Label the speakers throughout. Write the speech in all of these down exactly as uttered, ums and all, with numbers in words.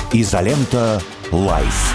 Speaker 1: Изолента Лайф.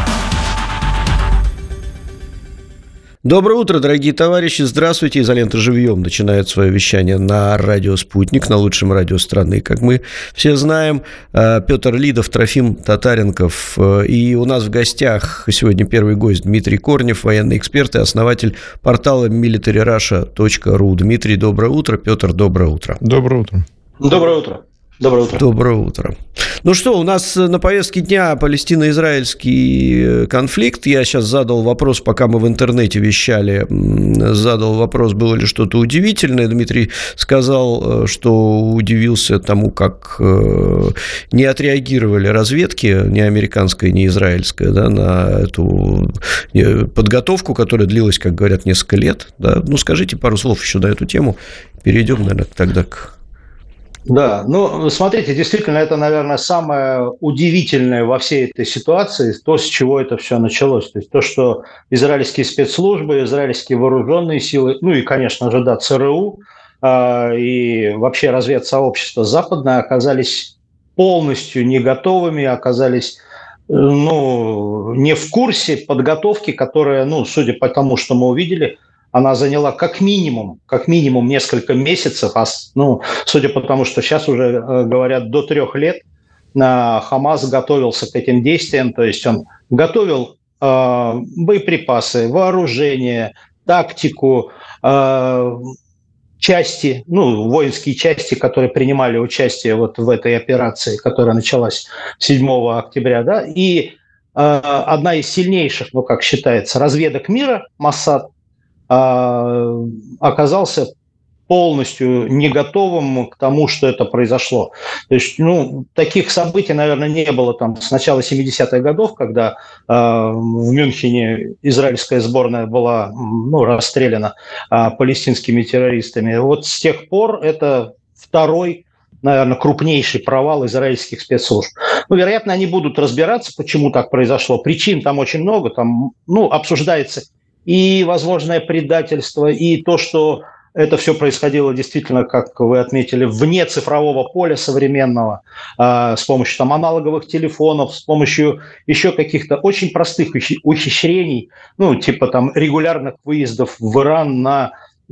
Speaker 2: Доброе утро, дорогие товарищи. Здравствуйте. Изолента живьем начинает свое вещание на радио «Спутник», на лучшем радио страны, как мы все знаем. Петр Лидов, Трофим Татаренков. И у нас в гостях сегодня первый гость Дмитрий Корнев, военный эксперт и основатель портала милитари раша точка ру. Дмитрий, доброе утро. Петр, доброе утро.
Speaker 3: Доброе утро.
Speaker 4: Доброе утро. Доброе утро.
Speaker 2: Доброе утро. Ну что, у нас на повестке дня палестино-израильский конфликт. Я сейчас задал вопрос, пока мы в интернете вещали, задал вопрос, было ли что-то удивительное. Дмитрий сказал, что удивился тому, как не отреагировали разведки, ни американская, ни израильская, да, на эту подготовку, которая длилась, как говорят, несколько лет. Да. Ну, скажите пару слов еще на эту тему. Перейдем, наверное, тогда к...
Speaker 4: Да, ну, смотрите, действительно, это, наверное, самое удивительное во всей этой ситуации, то, с чего это все началось. То есть то, что израильские спецслужбы, израильские вооруженные силы, ну и, конечно же, да, ЦРУ э, и вообще разведсообщество западное оказались полностью не готовыми, оказались ну, не в курсе подготовки, которая, ну, судя по тому, что мы увидели, она заняла как минимум, как минимум несколько месяцев, а, ну, судя по тому, что сейчас уже э, говорят, до трех лет э, Хамас готовился к этим действиям, то есть он готовил э, боеприпасы, вооружение, тактику, э, части, ну, воинские части, которые принимали участие вот в этой операции, которая началась седьмого октября, да, и э, одна из сильнейших, ну, как считается, разведок мира, Моссад, оказался полностью не готовым к тому, что это произошло. То есть, ну, таких событий, наверное, не было там с начала семидесятых годов, когда э, в Мюнхене израильская сборная была, ну, расстреляна э, палестинскими террористами. Вот с тех пор это второй, наверное, крупнейший провал израильских спецслужб. Ну, вероятно, они будут разбираться, почему так произошло. Причин там очень много, там, ну, обсуждается и возможное предательство, и то, что это все происходило действительно, как вы отметили, вне цифрового поля современного, э, с помощью там аналоговых телефонов, с помощью еще каких-то очень простых ухищрений, ну, типа там регулярных выездов в Иран на,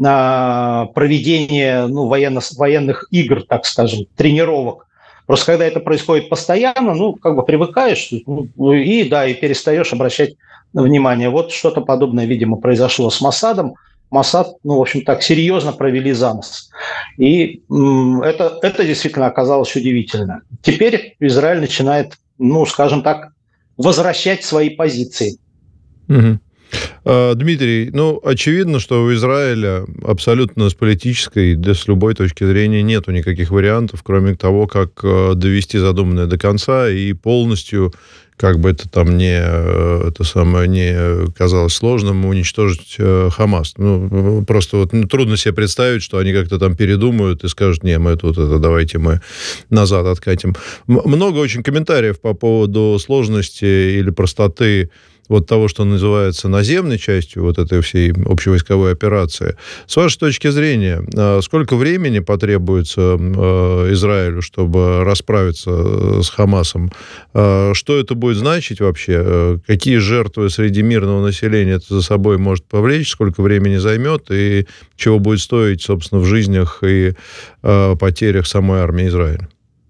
Speaker 4: на проведение, ну, военно, военных игр, так скажем, тренировок. Просто когда это происходит постоянно, ну, как бы привыкаешь, ну, и, да, и перестаешь обращать внимание. Вот что-то подобное, видимо, произошло с Моссадом. Моссад, ну, в общем, так серьезно провели за нос. И м, это, это действительно оказалось удивительно. Теперь Израиль начинает, ну, скажем так, возвращать свои позиции.
Speaker 3: Угу. Дмитрий, ну, очевидно, что у Израиля абсолютно с политической, да с любой точки зрения нету никаких вариантов, кроме того, как довести задуманное до конца и полностью, как бы это там не, это самое, не казалось сложным, уничтожить Хамас. Ну, просто вот, ну, трудно себе представить, что они как-то там передумают и скажут, не, мы тут это, давайте мы назад откатим. Много очень комментариев по поводу сложности или простоты вот того, что называется наземной частью вот этой всей общевойсковой операции. С вашей точки зрения, сколько времени потребуется Израилю, чтобы расправиться с Хамасом? Что это будет значить вообще? Какие жертвы среди мирного населения это за собой может повлечь? Сколько времени займет? И чего будет стоить, собственно, в жизнях и потерях самой армии Израиля?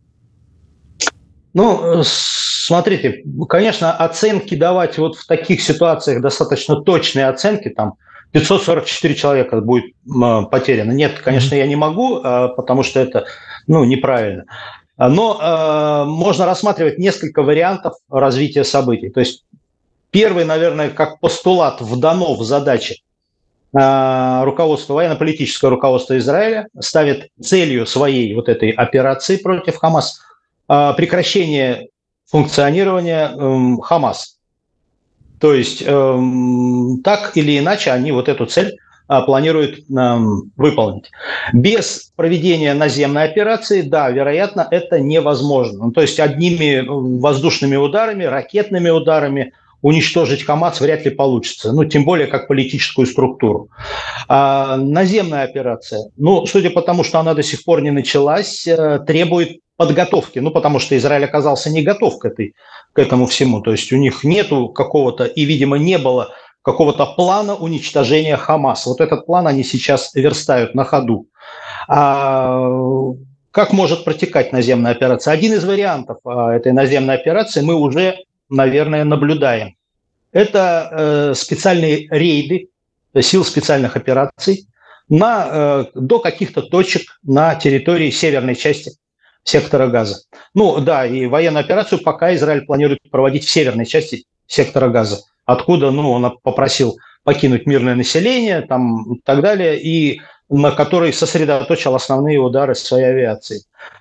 Speaker 4: Ну, смотрите, конечно, оценки давать вот в таких ситуациях, достаточно точные оценки, там пятьсот сорок четыре человека будет потеряно. Нет, конечно, я не могу, потому что это, ну, неправильно. Но э, можно рассматривать несколько вариантов развития событий. То есть первый, наверное, как постулат вдано в задачи э, руководство, военно-политическое руководство Израиля ставит целью своей вот этой операции против Хамас прекращение функционирования э, Хамас. То есть э, так или иначе они вот эту цель э, планируют э, выполнить. Без проведения наземной операции, да, вероятно, это невозможно. Ну, то есть одними воздушными ударами, ракетными ударами уничтожить Хамас вряд ли получится, ну, тем более как политическую структуру. А наземная операция, ну, судя по тому, что она до сих пор не началась, требует подготовки, ну, потому что Израиль оказался не готов к, этой, к этому всему. То есть у них нету какого-то, и, видимо, не было какого-то плана уничтожения Хамаса. Вот этот план они сейчас верстают на ходу. А как может протекать наземная операция? Один из вариантов этой наземной операции мы уже, наверное, наблюдаем. Это э, специальные рейды сил специальных операций на, э, до каких-то точек на территории северной части сектора Газа. Ну да, и военную операцию пока Израиль планирует проводить в северной части сектора Газа, откуда, ну, он попросил покинуть мирное население там, и так далее, и на которой сосредоточил основные удары своей авиации.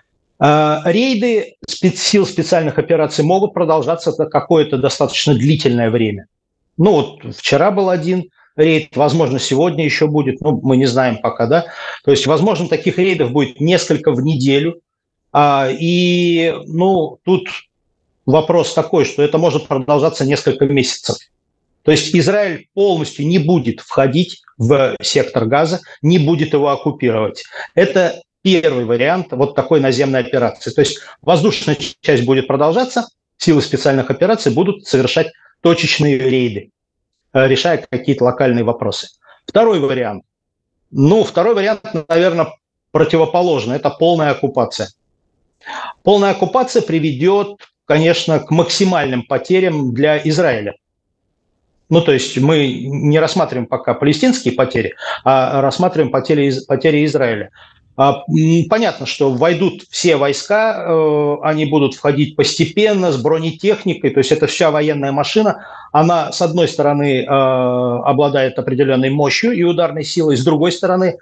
Speaker 4: Э, рейды спец- сил специальных операций могут продолжаться какое-то достаточно длительное время. Ну вот вчера был один рейд, возможно, сегодня еще будет, ну, мы не знаем пока, да. То есть, возможно, таких рейдов будет несколько в неделю. А, и, ну, тут вопрос такой, что это может продолжаться несколько месяцев. То есть Израиль полностью не будет входить в сектор Газа, не будет его оккупировать. Это первый вариант вот такой наземной операции. То есть воздушная часть будет продолжаться, силы специальных операций будут совершать точечные рейды, решая какие-то локальные вопросы. Второй вариант. Ну, второй вариант, наверное, противоположный. Это полная оккупация. Полная оккупация приведет, конечно, к максимальным потерям для Израиля. Ну, то есть мы не рассматриваем пока палестинские потери, а рассматриваем потери, потери Израиля. Понятно, что войдут все войска, они будут входить постепенно, с бронетехникой, то есть это вся военная машина. Она, с одной стороны, обладает определенной мощью и ударной силой, с другой стороны,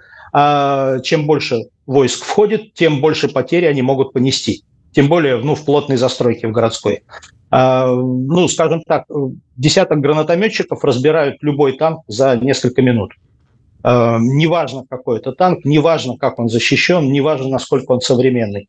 Speaker 4: чем больше войск входит, тем больше потери они могут понести. Тем более, ну, в плотной застройке, в городской. Ну, скажем так, десяток гранатометчиков разбирают любой танк за несколько минут. Неважно, какой это танк, неважно, как он защищен, неважно, насколько он современный.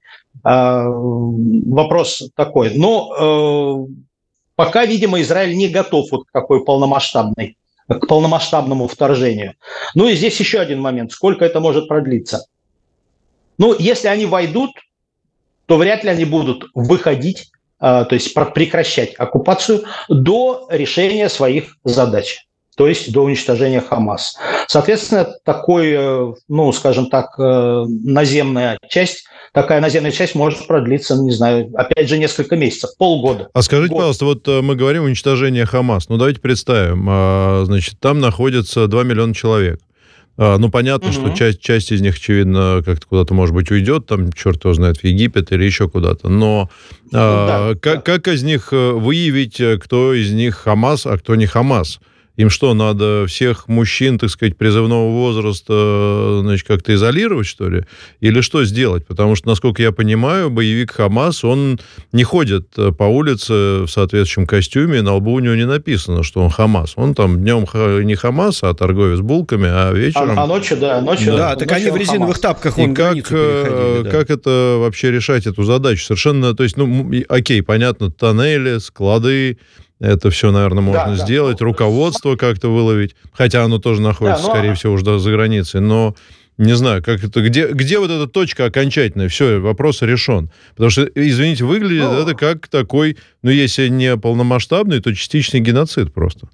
Speaker 4: Вопрос такой. Но пока, видимо, Израиль не готов вот к такой полномасштабной, к полномасштабному вторжению. Ну и здесь еще один момент. Сколько это может продлиться? Ну, если они войдут, то вряд ли они будут выходить, то есть прекращать оккупацию до решения своих задач, то есть до уничтожения Хамас. Соответственно, такой, ну, скажем так, наземная часть, такая наземная часть может продлиться, не знаю, опять же, несколько месяцев, полгода.
Speaker 3: А скажите,
Speaker 4: год.
Speaker 3: пожалуйста, вот мы говорим о уничтожении Хамас. Ну, давайте представим, значит, там находится два миллиона человек. Ну, понятно, угу. что часть, часть из них, очевидно, как-то куда-то, может быть, уйдет, там, черт его знает, в Египет или еще куда-то. Но ну, а, да, как, да. как из них выявить, кто из них Хамас, а кто не Хамас? Им что, надо всех мужчин, так сказать, призывного возраста, значит, как-то изолировать, что ли? Или что сделать? Потому что, насколько я понимаю, боевик Хамас, он не ходит по улице в соответствующем костюме, на лбу у него не написано, что он Хамас. Он там днем не Хамас, а торговец булками, а вечером...
Speaker 4: А, а ночью, да, ночью...
Speaker 2: Да, да так ночью они в резиновых Хамас. Тапках вон границу переходили. Да.
Speaker 3: Как это вообще решать, эту задачу? Совершенно, то есть, ну, окей, понятно, тоннели, склады, это все, наверное, можно да, сделать. Да. Руководство как-то выловить. Хотя оно тоже находится, да, но... скорее всего, уже за границей. Но не знаю, как это, где, где вот эта точка окончательная? Все, вопрос решен. Потому что, извините, выглядит но... это как такой, ну, если не полномасштабный, то частичный геноцид просто.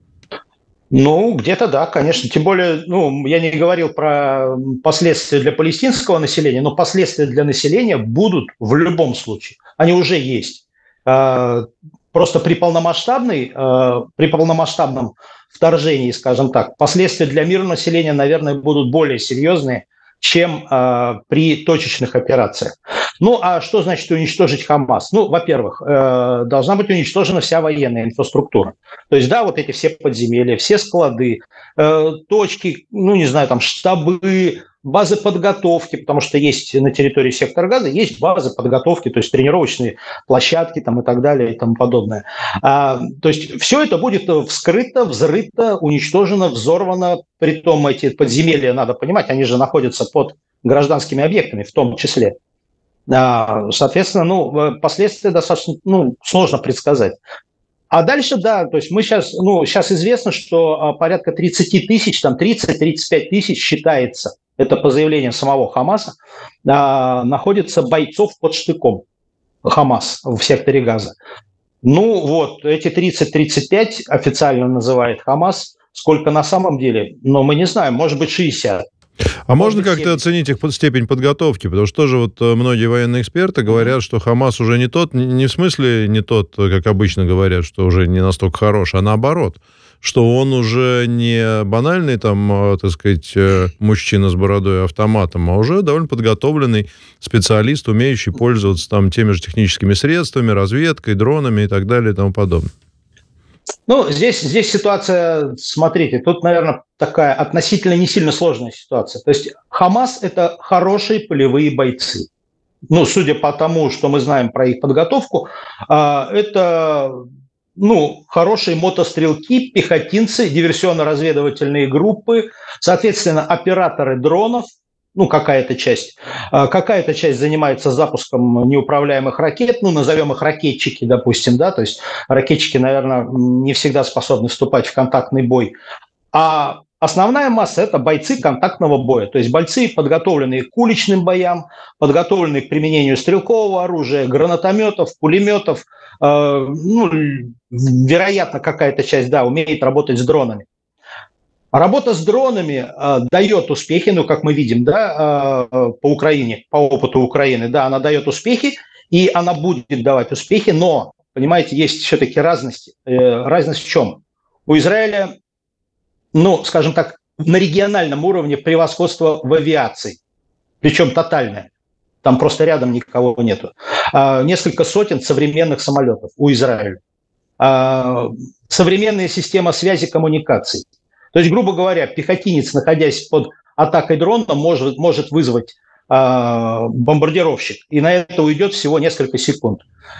Speaker 4: Ну, где-то да, конечно. Тем более, ну, я не говорил про последствия для палестинского населения, но последствия для населения будут в любом случае. Они уже есть. Просто при полномасштабной, э, при полномасштабном вторжении, скажем так, последствия для мирного населения, наверное, будут более серьезные, чем э, при точечных операциях. Ну, а что значит уничтожить Хамас? Ну, во-первых, э, должна быть уничтожена вся военная инфраструктура. То есть, да, вот эти все подземелья, все склады, э, точки, ну, не знаю, там, штабы, базы подготовки, потому что есть на территории сектора Газа, есть базы подготовки, то есть тренировочные площадки там, и так далее и тому подобное. А, то есть все это будет вскрыто, взрыто, уничтожено, взорвано. Притом эти подземелья, надо понимать, они же находятся под гражданскими объектами в том числе. А, соответственно, ну, последствия достаточно ну, сложно предсказать. А дальше, да, то есть мы сейчас, ну, сейчас известно, что порядка тридцать тысяч, там тридцать-тридцать пять тысяч считается, это по заявлению самого Хамаса, находится бойцов под штыком Хамас в секторе Газа. Ну вот, эти тридцать-тридцать пять официально называет Хамас. Сколько на самом деле? Но мы не знаем, может быть, шестьдесят.
Speaker 3: А можно как-то оценить их степень подготовки? Потому что тоже вот многие военные эксперты говорят, mm-hmm. что Хамас уже не тот, не в смысле не тот, как обычно говорят, что уже не настолько хорош, а наоборот, что он уже не банальный, там, так сказать, мужчина с бородой и автоматом, а уже довольно подготовленный специалист, умеющий пользоваться там теми же техническими средствами, разведкой, дронами и так далее и тому подобное.
Speaker 4: Ну, здесь, здесь ситуация, смотрите, тут, наверное, такая относительно не сильно сложная ситуация. То есть Хамас – это хорошие полевые бойцы. Ну, судя по тому, что мы знаем про их подготовку, это, ну, хорошие мотострелки, пехотинцы, диверсионно-разведывательные группы, соответственно, операторы дронов, ну, какая-то часть. Какая-то часть занимается запуском неуправляемых ракет, ну, назовем их ракетчики, допустим, да, то есть ракетчики, наверное, не всегда способны вступать в контактный бой. А основная масса – это бойцы контактного боя, то есть бойцы, подготовленные к уличным боям, подготовленные к применению стрелкового оружия, гранатометов, пулеметов. Э, ну, вероятно, какая-то часть, да, умеет работать с дронами. Работа с дронами э, дает успехи, ну, как мы видим, да, э, по Украине, по опыту Украины, да, она дает успехи, и она будет давать успехи, но, понимаете, есть все-таки разность. Э, разность в чем? У Израиля, ну, скажем так, на региональном уровне превосходство в авиации, причем тотальное. Там просто рядом никого нету. Э, несколько сотен современных самолетов у Израиля. Э, современная система связи, коммуникаций. То есть, грубо говоря, пехотинец, находясь под атакой дрона, может, может вызвать э, бомбардировщик. И на это уйдет всего несколько секунд.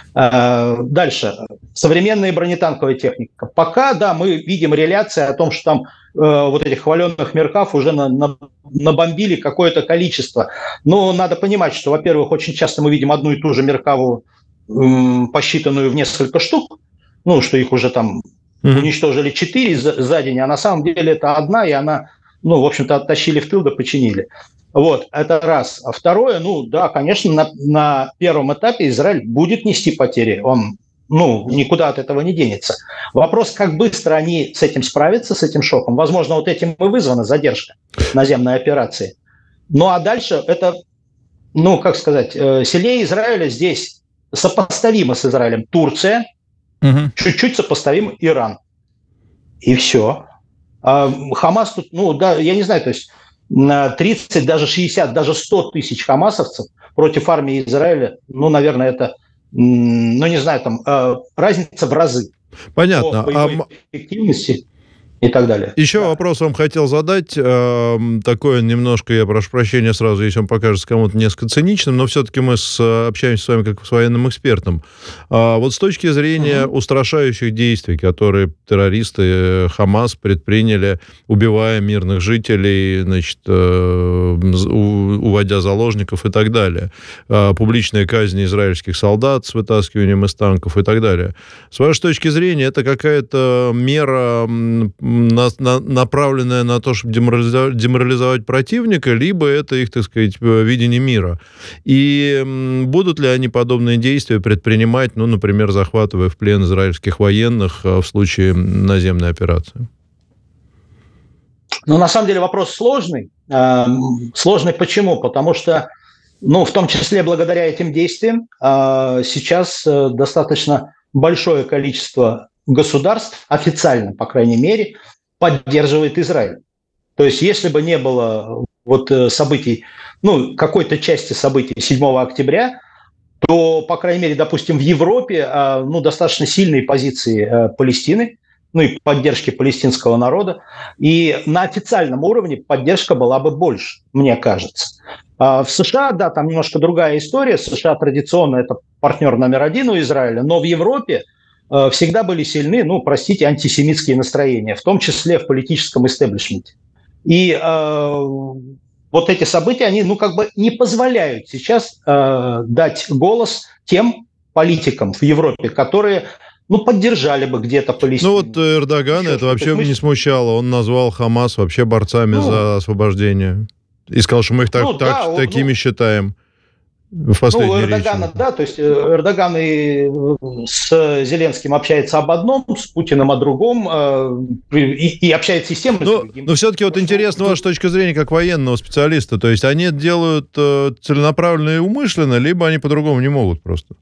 Speaker 4: Э, дальше. Современная бронетанковая техника. Пока, да, мы видим реляции о том, что там э, вот этих хваленных меркав уже на, на, набомбили какое-то количество. Но надо понимать, что, во-первых, очень часто мы видим одну и ту же меркаву, э, посчитанную в несколько штук. Ну, что их уже там... уничтожили четыре за, за день, а на самом деле это одна, и она, ну, в общем-то, оттащили в тыл да починили. Вот, это раз. А второе, ну, да, конечно, на, на первом этапе Израиль будет нести потери. Он, ну, никуда от этого не денется. Вопрос, как быстро они с этим справятся, с этим шоком. Возможно, вот этим и вызвана задержка наземной операции. Ну, а дальше это, ну, как сказать, сильнее Израиля здесь сопоставимо с Израилем Турция, угу. Чуть-чуть сопоставим Иран. И все. А Хамас тут, ну да, я не знаю, то есть тридцать, даже шестьдесят, даже сто тысяч хамасовцев против армии Израиля, ну, наверное, это, ну, не знаю, там разница в разы.
Speaker 3: Понятно.
Speaker 4: По боевой эффективности и так далее.
Speaker 3: Еще
Speaker 4: да.
Speaker 3: вопрос вам хотел задать. Э, такое немножко, я прошу прощения сразу, если он покажется кому-то несколько циничным, но все-таки мы с, общаемся с вами как с военным экспертом. А вот с точки зрения угу. устрашающих действий, которые террористы Хамас предприняли, убивая мирных жителей, значит, э, уводя заложников и так далее, э, публичная казнь израильских солдат с вытаскиванием из танков и так далее. С вашей точки зрения, это какая-то мера... На, на, направленная на то, чтобы деморализовать, деморализовать противника, либо это их, так сказать, видение мира. И м, будут ли они подобные действия предпринимать, ну, например, захватывая в плен израильских военных в случае наземной операции?
Speaker 4: Ну, на самом деле вопрос сложный. Сложный почему? Потому что, ну, в том числе благодаря этим действиям сейчас достаточно большое количество государств, официально, по крайней мере, поддерживает Израиль. То есть, если бы не было вот событий, ну, какой-то части событий седьмого октября, то, по крайней мере, допустим, в Европе, ну, достаточно сильные позиции Палестины, ну, и поддержки палестинского народа, и на официальном уровне поддержка была бы больше, мне кажется. В США, да, там немножко другая история. США традиционно это партнер номер один у Израиля, но в Европе всегда были сильны, ну, простите, антисемитские настроения, в том числе в политическом истеблишменте. И э, вот эти события, они, ну, как бы не позволяют сейчас э, дать голос тем политикам в Европе, которые, ну, поддержали бы где-то Палестину.
Speaker 3: Ну, вот Эрдогана это вообще не смущало. Он назвал Хамас вообще борцами ну, за освобождение. И сказал, что мы их так,
Speaker 4: ну,
Speaker 3: так,
Speaker 4: да,
Speaker 3: такими
Speaker 4: ну,
Speaker 3: считаем. В последней
Speaker 4: ну, Эрдогана,
Speaker 3: речи.
Speaker 4: да, то есть Эрдоган и с Зеленским общается об одном, с Путиным о другом, и, и общается и с тем, и с другим.
Speaker 3: Но все-таки вот интересна ваша точка зрения как военного специалиста. То есть они делают целенаправленно и умышленно, либо они по-другому не могут просто?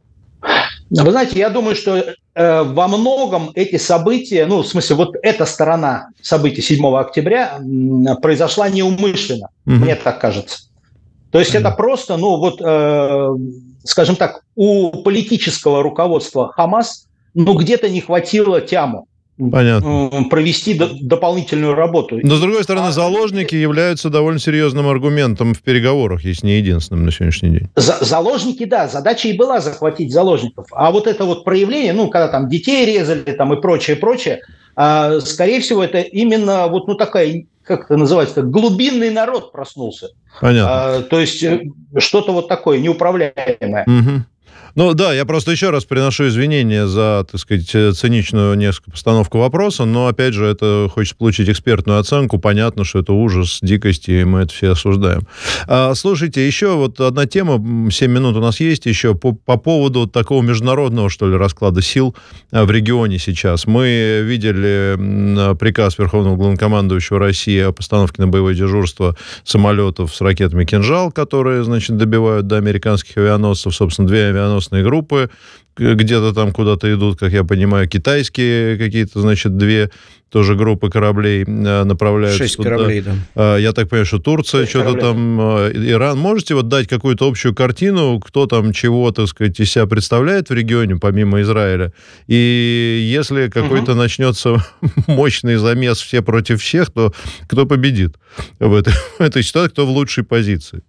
Speaker 4: Вы знаете, я думаю, что э, во многом эти события, ну, в смысле, вот эта сторона событий седьмого октября м, произошла неумышленно, угу. Мне так кажется. То есть это просто, ну вот, э, скажем так, у политического руководства Хамас, ну где-то не хватило тяму
Speaker 3: Понятно.
Speaker 4: провести до, дополнительную работу.
Speaker 3: Но, с другой стороны,
Speaker 4: а,
Speaker 3: заложники являются довольно серьезным аргументом в переговорах, если не единственным на сегодняшний день.
Speaker 4: За, заложники, да, задача и была захватить заложников. А вот это вот проявление, ну, когда там детей резали там, и прочее, прочее, э, скорее всего, это именно вот ну, такая, как это называется, глубинный народ проснулся.
Speaker 3: Понятно.
Speaker 4: А, то есть что-то вот такое неуправляемое.
Speaker 3: Угу. Ну да, я просто еще раз приношу извинения за, так сказать, циничную несколько постановку вопроса, но, опять же, это хочется получить экспертную оценку. Понятно, что это ужас, дикость, и мы это все осуждаем. А, слушайте, еще вот одна тема, семь минут у нас есть еще, по, по поводу такого международного, что ли, расклада сил в регионе сейчас. Мы видели приказ Верховного Главнокомандующего России о постановке на боевое дежурство самолетов с ракетами «Кинжал», которые, значит, добивают до американских авианосцев, собственно, две авианосцы группы где-то там куда-то идут, как я понимаю, китайские какие-то, значит, две тоже группы кораблей направляются.
Speaker 2: Шесть
Speaker 3: туда.
Speaker 2: кораблей, да.
Speaker 3: Я так понимаю, что Турция, Шесть что-то кораблей. Там, Иран. Можете вот дать какую-то общую картину, кто там чего, так сказать, из себя представляет в регионе, помимо Израиля? И если какой-то угу. начнется мощный замес все против всех, то кто победит в этой, в этой ситуации, кто в лучшей позиции?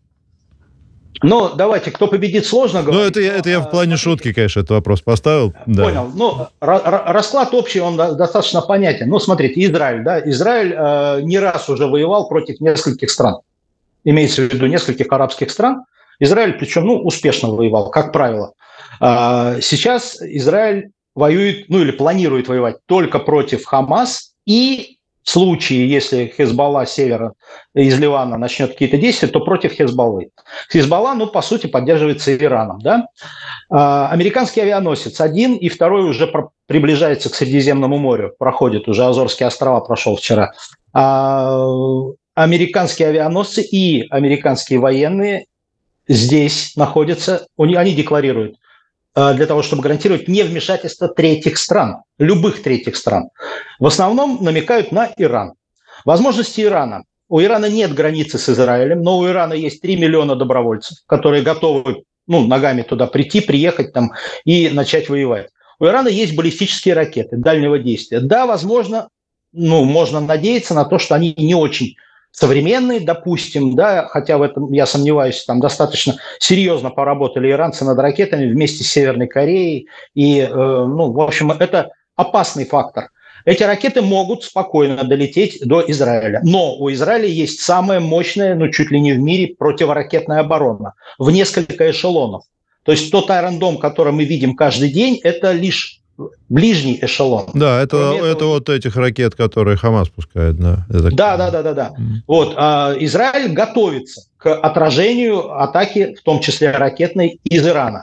Speaker 4: Ну, давайте, кто победит, сложно говорить.
Speaker 3: Ну, это, я, это я в плане смотрите. Шутки, конечно, этот вопрос поставил.
Speaker 4: Понял. Да. Ну, расклад общий, он достаточно понятен. Ну, смотрите, Израиль, да, Израиль э, не раз уже воевал против нескольких стран. Имеется в виду нескольких арабских стран. Израиль, причем, ну, успешно воевал, как правило. А сейчас Израиль воюет, ну, или планирует воевать только против Хамас и... В случае, если Хезболла с севера из Ливана начнет какие-то действия, то против Хезболлы. Хезболла, ну, по сути, поддерживается Ираном. Да? А, американский авианосец один, и второй уже про- приближается к Средиземному морю, проходит уже, Азорские острова прошел вчера. А, американские авианосцы и американские военные здесь находятся, они декларируют, для того, чтобы гарантировать невмешательство третьих стран, любых третьих стран. В основном намекают на Иран. Возможности Ирана. У Ирана нет границы с Израилем, но у Ирана есть три миллиона добровольцев, которые готовы ну, ногами туда прийти, приехать там и начать воевать. У Ирана есть баллистические ракеты дальнего действия. Да, возможно, ну, можно надеяться на то, что они не очень современные, допустим, да, хотя в этом я сомневаюсь, там достаточно серьезно поработали иранцы над ракетами вместе с Северной Кореей, и, э, ну, в общем, это опасный фактор. Эти ракеты могут спокойно долететь до Израиля, но у Израиля есть самая мощная, ну, чуть ли не в мире, противоракетная оборона в несколько эшелонов. То есть тот Iron Dome, который мы видим каждый день, это лишь ближний эшелон.
Speaker 3: Да, это, это этого... вот этих ракет, которые Хамас пускает. Да,
Speaker 4: да, да, да, да, да. Mm. Вот, а, Израиль готовится к отражению атаки, в том числе ракетной, из Ирана.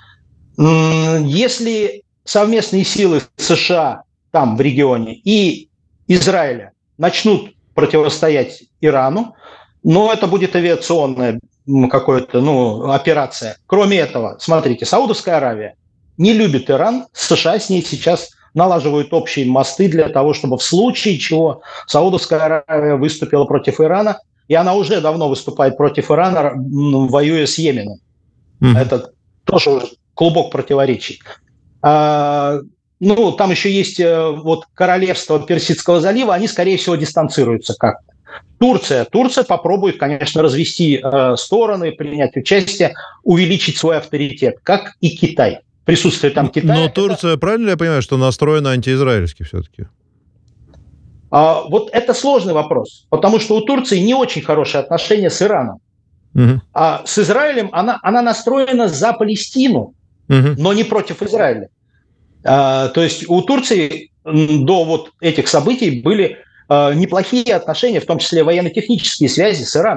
Speaker 4: Если совместные силы США там, в регионе, и Израиля начнут противостоять Ирану, но это будет авиационная какая-то, ну, операция. Кроме этого, смотрите, Саудовская Аравия не любит Иран, США с ней сейчас налаживают общие мосты для того, чтобы в случае чего Саудовская Аравия выступила против Ирана, и она уже давно выступает против Ирана, воюя с Йеменом. Mm-hmm. Это тоже уже клубок противоречий. А, ну, там еще есть вот королевство Персидского залива, они, скорее всего, дистанцируются как-то. Турция. Турция попробует, конечно, развести э, стороны, принять участие, увеличить свой авторитет, как и Китай. Присутствие там Китая.
Speaker 3: Но Турция, это... правильно ли я понимаю, что настроена антиизраильски все-таки?
Speaker 4: А, вот это сложный вопрос, потому что у Турции не очень хорошие отношения с Ираном. Угу. А с Израилем она, она настроена за Палестину, угу. но не против Израиля. А, то есть у Турции до вот этих событий были а, неплохие отношения, в том числе военно-технические связи с Ираном.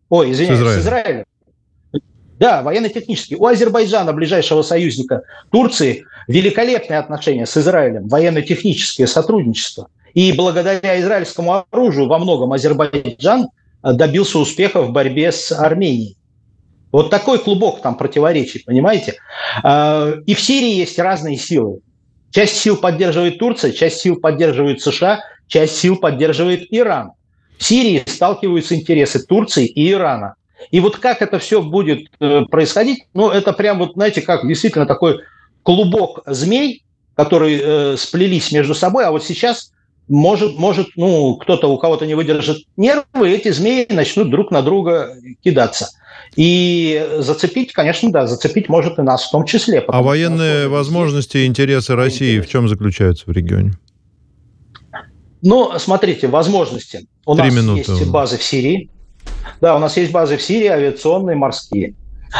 Speaker 4: Ой, извиняюсь, с Израилем. С Израилем. Да, военно-технически. У Азербайджана, ближайшего союзника Турции, великолепные отношения с Израилем, военно-техническое сотрудничество. И благодаря израильскому оружию во многом Азербайджан добился успеха в борьбе с Арменией. Вот такой клубок там противоречий, понимаете? И в Сирии есть разные силы. Часть сил поддерживает Турция, часть сил поддерживает США, часть сил поддерживает Иран. В Сирии сталкиваются интересы Турции и Ирана. И вот как это все будет происходить, ну, это прям вот, знаете, как действительно такой клубок змей, которые э, сплелись между собой, а вот сейчас может, может, ну, кто-то, у кого-то не выдержит нервы, и эти змеи начнут друг на друга кидаться. И зацепить, конечно, да, зацепить может и нас в том числе.
Speaker 3: А военные возможности и интересы России в чем заключаются в регионе?
Speaker 4: Ну, смотрите, возможности. У
Speaker 3: Три
Speaker 4: нас
Speaker 3: минуты.
Speaker 4: Есть базы в Сирии. Да, у нас есть базы в Сирии, авиационные, морские.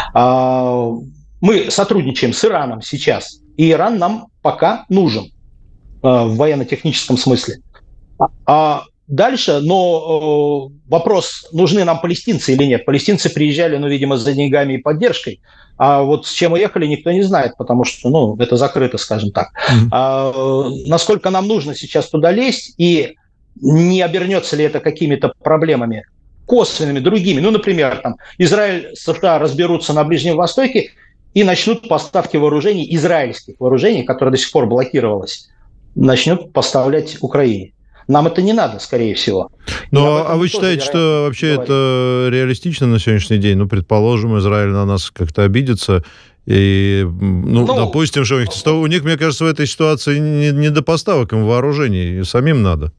Speaker 4: Мы сотрудничаем с Ираном сейчас, и Иран нам пока нужен в военно-техническом смысле. А дальше, но вопрос, нужны нам палестинцы или нет. Палестинцы приезжали, ну, видимо, за деньгами и поддержкой. А вот с чем уехали, никто не знает, потому что, ну, это закрыто, скажем так. Mm-hmm. А, насколько нам нужно сейчас туда лезть, и не обернется ли это какими-то проблемами косвенными, другими. Ну, например, там, Израиль, США разберутся на Ближнем Востоке и начнут поставки вооружений, израильских вооружений, которые до сих пор блокировалось, начнут поставлять Украине. Нам это не надо, скорее всего.
Speaker 3: Ну, а вы считаете, что вообще говорить. Это реалистично на сегодняшний день? Ну, предположим, Израиль на нас как-то обидится, и, ну, ну допустим, что у них, у них, мне кажется, в этой ситуации не, не до поставок им вооружений, самим надо.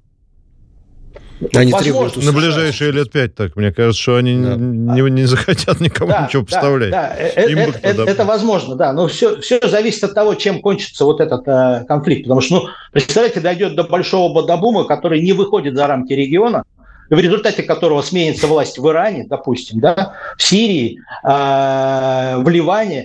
Speaker 2: Они требуют
Speaker 3: на ближайшие лет пять, так, мне кажется, что они да. не, не захотят никому да, ничего поставлять.
Speaker 4: Да, да. Это, это, это возможно, да, но все, все зависит от того, чем кончится вот этот э, конфликт, потому что, ну, представляете, дойдет до большого бадабума, который не выходит за рамки региона, в результате которого сменится власть в Иране, допустим, да, в Сирии, э, в Ливане,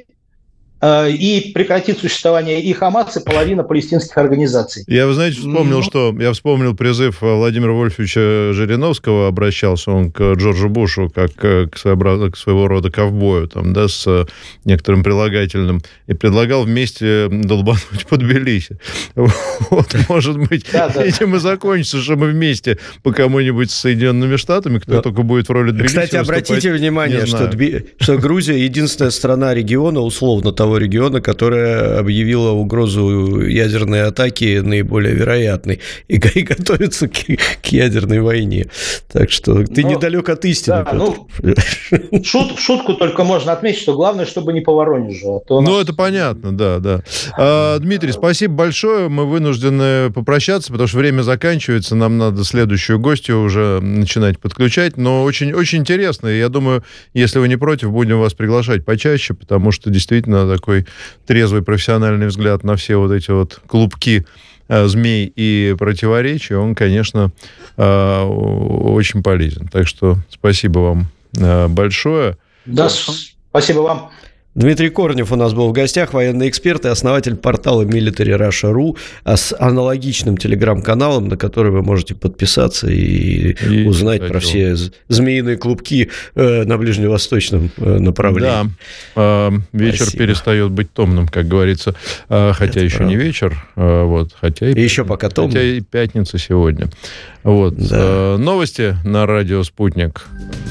Speaker 4: и прекратит существование и Хамас, и половина палестинских организаций.
Speaker 3: Я, вы знаете, вспомнил, mm-hmm. что я вспомнил призыв Владимира Вольфовича Жириновского, обращался он к Джорджу Бушу как к, своеобраз... к своего рода ковбою, там, да, с некоторым прилагательным, и предлагал вместе долбануть под Тбилиси. Вот, может быть, этим и закончится, что мы вместе по кому-нибудь с Соединенными Штатами, кто только будет в роли Тбилиси.
Speaker 2: Кстати, обратите внимание, что Грузия единственная страна региона, условно того региона, которая объявила угрозу ядерной атаки наиболее вероятной и, и готовится к, к ядерной войне. Так что ты но, недалек от истины. Да, ну,
Speaker 4: шут, шутку только можно отметить, что главное, чтобы не по Воронежу. А то
Speaker 3: ну,
Speaker 4: нас...
Speaker 3: это понятно, да, да. А, Дмитрий, спасибо большое. Мы вынуждены попрощаться, потому что время заканчивается. Нам надо следующую гостью уже начинать подключать. Но очень, очень интересно. И я думаю, если вы не против, будем вас приглашать почаще, потому что действительно такой трезвый профессиональный взгляд на все вот эти вот клубки э, змей и противоречий, он, конечно, э, очень полезен. Так что спасибо вам э, большое.
Speaker 4: Да, спасибо вам.
Speaker 2: Дмитрий Корнев у нас был в гостях, военный эксперт и основатель портала Military Russia точка ру с аналогичным телеграм-каналом, на который вы можете подписаться и, и узнать про все змеиные клубки э, на ближневосточном э, направлении.
Speaker 3: Да, э, вечер Спасибо. Перестает быть томным, как говорится, э, хотя Это еще правда. Не вечер, э, вот, хотя и,
Speaker 2: и еще пока томный.
Speaker 3: Хотя и пятница сегодня. Вот. Да. Э, новости на радио «Спутник».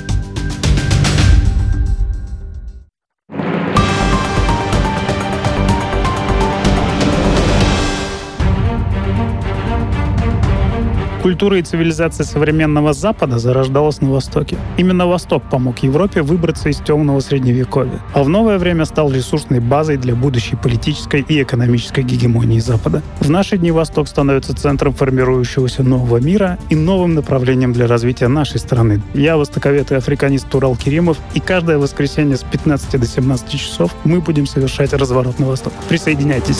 Speaker 5: Культура и цивилизация современного Запада зарождалась на Востоке. Именно Восток помог Европе выбраться из темного Средневековья, а в новое время стал ресурсной базой для будущей политической и экономической гегемонии Запада. В наши дни Восток становится центром формирующегося нового мира и новым направлением для развития нашей страны. Я востоковед и африканист Турал Керимов, и каждое воскресенье с пятнадцати до семнадцати часов мы будем совершать разворот на Восток. Присоединяйтесь.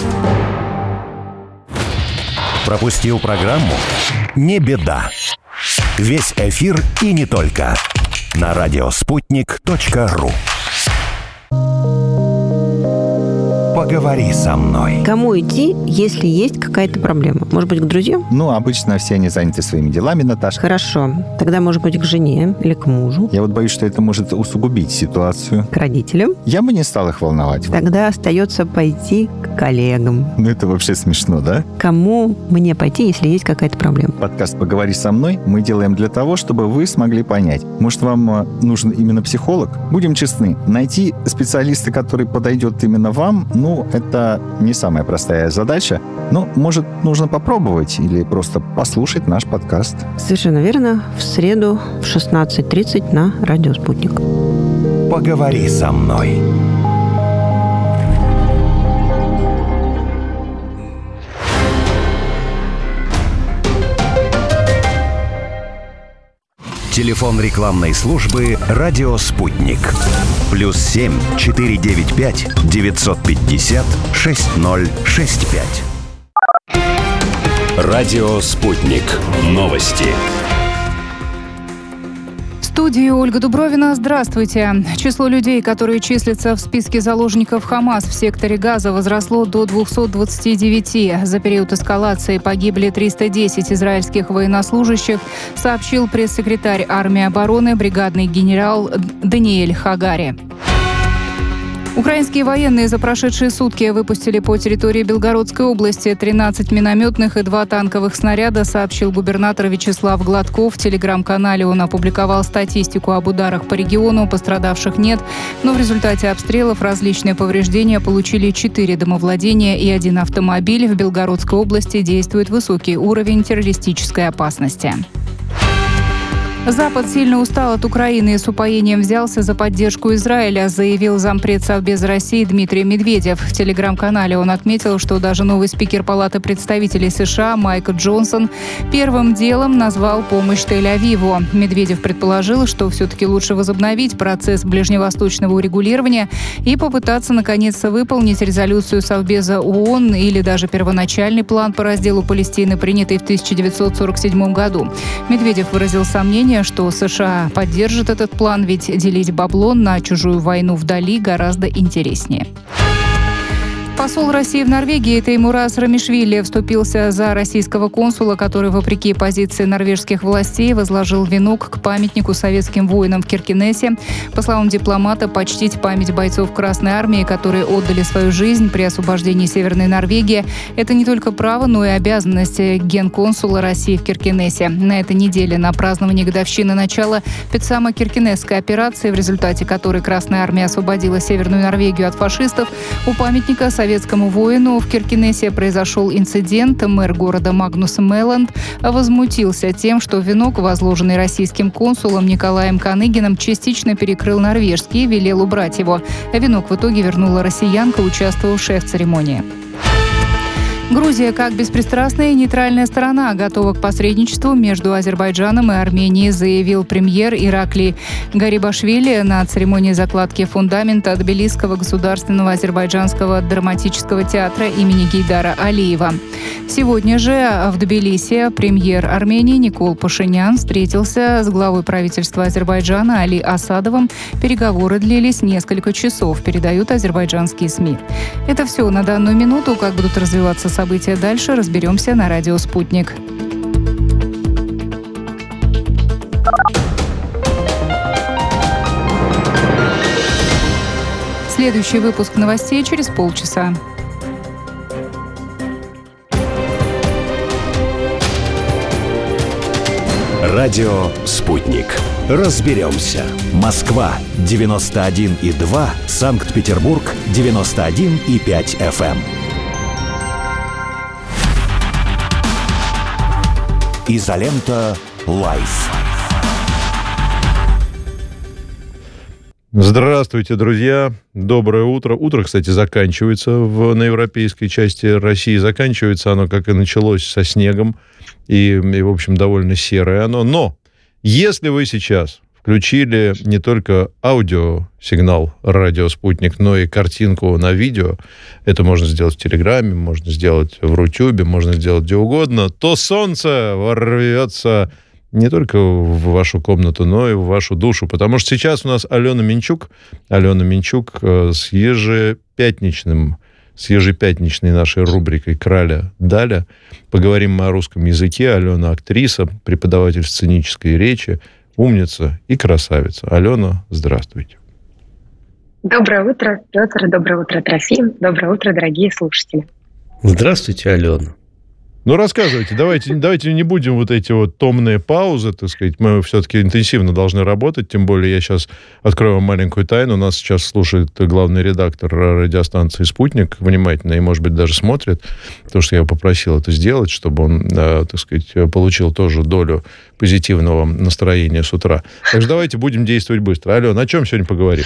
Speaker 1: Пропустил программу? Не беда. Весь эфир и не только. На радиоспутник точка ру. Поговори со мной.
Speaker 6: Кому идти, если есть какая-то проблема? Может быть, к друзьям?
Speaker 7: Ну, обычно все они заняты своими делами, Наташа.
Speaker 6: Хорошо. Тогда, может быть, к жене или к мужу?
Speaker 7: Я вот боюсь, что это может усугубить ситуацию.
Speaker 6: К родителям?
Speaker 7: Я бы не стал их волновать.
Speaker 6: Тогда остается пойти к коллегам.
Speaker 7: Ну, это вообще смешно, да?
Speaker 6: Кому мне пойти, если есть какая-то проблема?
Speaker 7: Подкаст «Поговори со мной» мы делаем для того, чтобы вы смогли понять. Может, вам нужен именно психолог? Будем честны, найти специалиста, который подойдет именно вам, ну, это не самая простая задача. Но, может, нужно попробовать или просто послушать наш подкаст.
Speaker 6: Совершенно верно. В среду в шестнадцать тридцать на радио «Спутник».
Speaker 1: Поговори со мной. Телефон рекламной службы «Радио Спутник». Плюс семь четыре девять пять девятьсот пятьдесят шесть ноль шесть пять. Радио «Спутник». Новости.
Speaker 8: В студии Ольга Дубровина. Здравствуйте. Число людей, которые числятся в списке заложников ХАМАС в секторе Газа, возросло до двухсот двадцати девяти. За период эскалации погибли триста десять израильских военнослужащих, сообщил пресс-секретарь армии обороны бригадный генерал Даниэль Хагари. Украинские военные за прошедшие сутки выпустили по территории Белгородской области тринадцать минометных и два танковых снаряда, сообщил губернатор Вячеслав Гладков. В телеграм-канале он опубликовал статистику об ударах по региону, пострадавших нет, но в результате обстрелов различные повреждения получили четыре домовладения и один автомобиль. В Белгородской области действует высокий уровень террористической опасности. Запад сильно устал от Украины и с упоением взялся за поддержку Израиля, заявил зампред Совбеза России Дмитрий Медведев. В телеграм-канале он отметил, что даже новый спикер Палаты представителей США Майк Джонсон первым делом назвал помощь Тель-Авиву. Медведев предположил, что все-таки лучше возобновить процесс ближневосточного урегулирования и попытаться наконец-то выполнить резолюцию Совбеза ООН или даже первоначальный план по разделу Палестины, принятый в тысяча девятьсот сорок седьмом году. Медведев выразил сомнение, что США поддержит этот план, ведь делить бабло на чужую войну вдали гораздо интереснее. Посол России в Норвегии Теймураз Рамишвили вступился за российского консула, который, вопреки позиции норвежских властей, возложил венок к памятнику советским воинам в Киркенесе. По словам дипломата, почтить память бойцов Красной Армии, которые отдали свою жизнь при освобождении Северной Норвегии, это не только право, но и обязанность генконсула России в Киркенесе. На этой неделе на праздновании годовщины начала Петсамо-Киркенесской операции, в результате которой Красная Армия освободила Северную Норвегию от фашистов, у памятника советскому воину в Киркенесе произошел инцидент. Мэр города Магнус Мелланд возмутился тем, что венок, возложенный российским консулом Николаем Каныгином, частично перекрыл норвежский и велел убрать его. Венок в итоге вернула россиянка, участвовавшая в церемонии. Грузия, как беспристрастная и нейтральная сторона, готова к посредничеству между Азербайджаном и Арменией, заявил премьер Ираклий Гарибашвили на церемонии закладки фундамента Тбилисского государственного азербайджанского драматического театра имени Гейдара Алиева. Сегодня же в Тбилиси премьер Армении Никол Пашинян встретился с главой правительства Азербайджана Али Асадовым. Переговоры длились несколько часов, передают азербайджанские СМИ. Это все на данную минуту. Как будут развиваться события дальше, разберемся на радио «Спутник». Следующий выпуск новостей через полчаса.
Speaker 1: Радио «Спутник». Разберемся. Москва девяносто один и два, Санкт-Петербург девяносто один и пять эф эм. Изолента Лайф.
Speaker 3: Здравствуйте, друзья. Доброе утро. Утро, кстати, заканчивается в, на европейской части России. Заканчивается оно, как и началось, со снегом. И, и, в общем, довольно серое оно. Но если вы сейчас включили не только аудиосигнал «Радио Спутник», но и картинку на видео, это можно сделать в Телеграме, можно сделать в Рутюбе, можно сделать где угодно, то солнце ворвется не только в вашу комнату, но и в вашу душу. Потому что сейчас у нас Алена Минчук, Алена Минчук с ежепятничным с ежепятничной нашей рубрикой «Краля-Даля». Поговорим мы о русском языке. Алена – актриса, преподаватель сценической речи, умница и красавица. Алена, здравствуйте.
Speaker 9: Доброе утро, Петр. Доброе утро, Трофим. Доброе утро, дорогие слушатели.
Speaker 2: Здравствуйте, Алена.
Speaker 3: Ну, рассказывайте, давайте, давайте не будем вот эти вот томные паузы, так сказать, мы все-таки интенсивно должны работать, тем более я сейчас открою вам маленькую тайну, нас сейчас слушает главный редактор радиостанции «Спутник» внимательно и, может быть, даже смотрит, потому что я его попросил это сделать, чтобы он, так сказать, получил тоже долю позитивного настроения с утра. Так что давайте будем действовать быстро. Алена, о чем сегодня поговорим?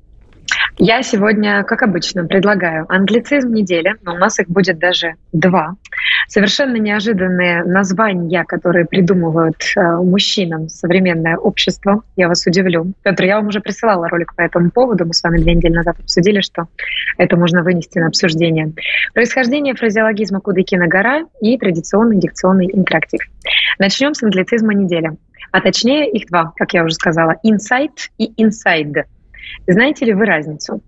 Speaker 9: Я сегодня, как обычно, предлагаю англицизм недели, но у нас их будет даже два. Совершенно неожиданные названия, которые придумывают э, мужчинам современное общество. Я вас удивлю. Петр, я вам уже присылала ролик по этому поводу. Мы с вами две недели назад обсудили, что это можно вынести на обсуждение. Происхождение фразеологизма «Кудыкина гора» и традиционный дикционный интерактив. Начнем с англицизма недели. А точнее их два, как я уже сказала. Insight и inside. Знаете ли вы разницу?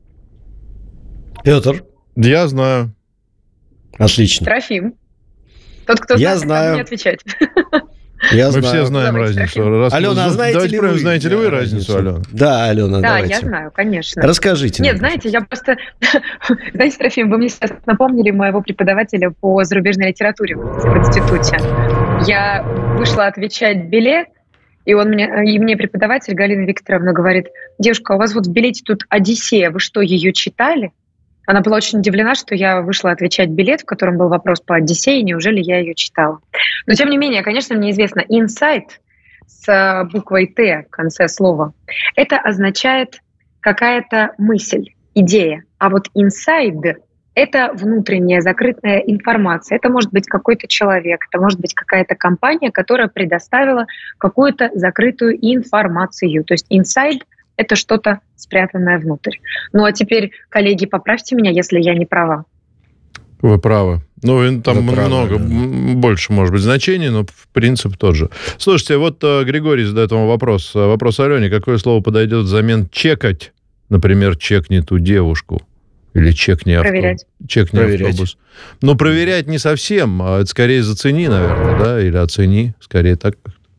Speaker 2: Петр.
Speaker 3: Я знаю.
Speaker 2: Отлично.
Speaker 9: Трофим. Тот, кто
Speaker 2: я
Speaker 9: знает,
Speaker 2: знаю.
Speaker 9: не отвечать.
Speaker 2: Я
Speaker 3: Мы
Speaker 2: знаю.
Speaker 3: все знаем
Speaker 9: Давайте,
Speaker 3: разницу. Раз
Speaker 2: Алена, а знаете
Speaker 3: давайте
Speaker 2: ли
Speaker 3: прямо,
Speaker 2: вы?
Speaker 3: знаете ли вы разницу, Алена?
Speaker 2: Да, Алена,
Speaker 9: Да,
Speaker 2: давайте.
Speaker 9: я знаю, конечно.
Speaker 2: Расскажите.
Speaker 9: Нет,
Speaker 2: нам,
Speaker 9: знаете, я просто... Знаете, Трофим, вы мне сейчас напомнили моего преподавателя по зарубежной литературе в институте. Я вышла отвечать билет, и он мне, и мне преподаватель Галина Викторовна говорит: девушка, у вас вот в билете тут «Одиссея», вы что, ее читали? Она была очень удивлена, что я вышла отвечать билет, в котором был вопрос по «Одиссее», неужели я ее читала. Но, тем не менее, конечно, мне известно, insight с буквой «Т» в конце слова, это означает какая-то мысль, идея. А вот inside — это внутренняя закрытая информация. Это может быть какой-то человек, это может быть какая-то компания, которая предоставила какую-то закрытую информацию. То есть inside — это что-то спрятанное внутрь. Ну а теперь, коллеги, поправьте меня, если я не права.
Speaker 3: Вы правы. Ну, там
Speaker 2: Вы
Speaker 3: много,
Speaker 2: правы, да.
Speaker 3: больше, может быть, значений, но принцип тот же. Слушайте, вот uh, Григорий задает вам вопрос. Вопрос Алене. Какое слово подойдет взамен «чекать»? Например, «чекни ту девушку». Или «чекни автобус».
Speaker 9: Проверять.
Speaker 3: «Чекни
Speaker 2: Проверять.
Speaker 3: автобус». Но проверять не совсем, а это скорее «зацени», наверное, да? Или «оцени», скорее так.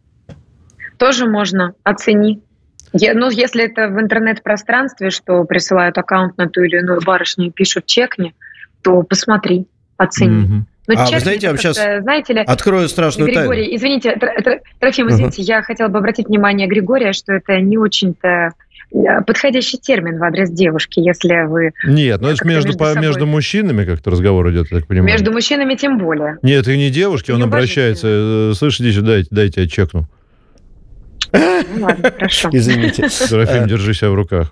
Speaker 9: Тоже можно «оцени». Я, ну, если это в интернет-пространстве, что присылают аккаунт на ту или иную барышню и пишут «чекни», то посмотри, оцени.
Speaker 3: Mm-hmm.
Speaker 9: Но
Speaker 2: А
Speaker 9: чекни,
Speaker 2: вы знаете, я вам сейчас
Speaker 9: знаете ли,
Speaker 2: открою страшную
Speaker 9: Григорий,
Speaker 2: тайну.
Speaker 9: извините, Трофим, извините, uh-huh. я хотела бы обратить внимание Григория, что это не очень-то подходящий термин в адрес девушки, если вы...
Speaker 3: Нет, ну это же между,
Speaker 9: между,
Speaker 3: между мужчинами как-то разговор идет, я так понимаю.
Speaker 9: Между мужчинами тем более.
Speaker 3: Нет, и не девушки, он обращается. Слышь, иди сюда, дайте, дайте я чекну.
Speaker 9: Ну ладно, хорошо.
Speaker 2: Извините.
Speaker 3: Трофим, держи себя в руках.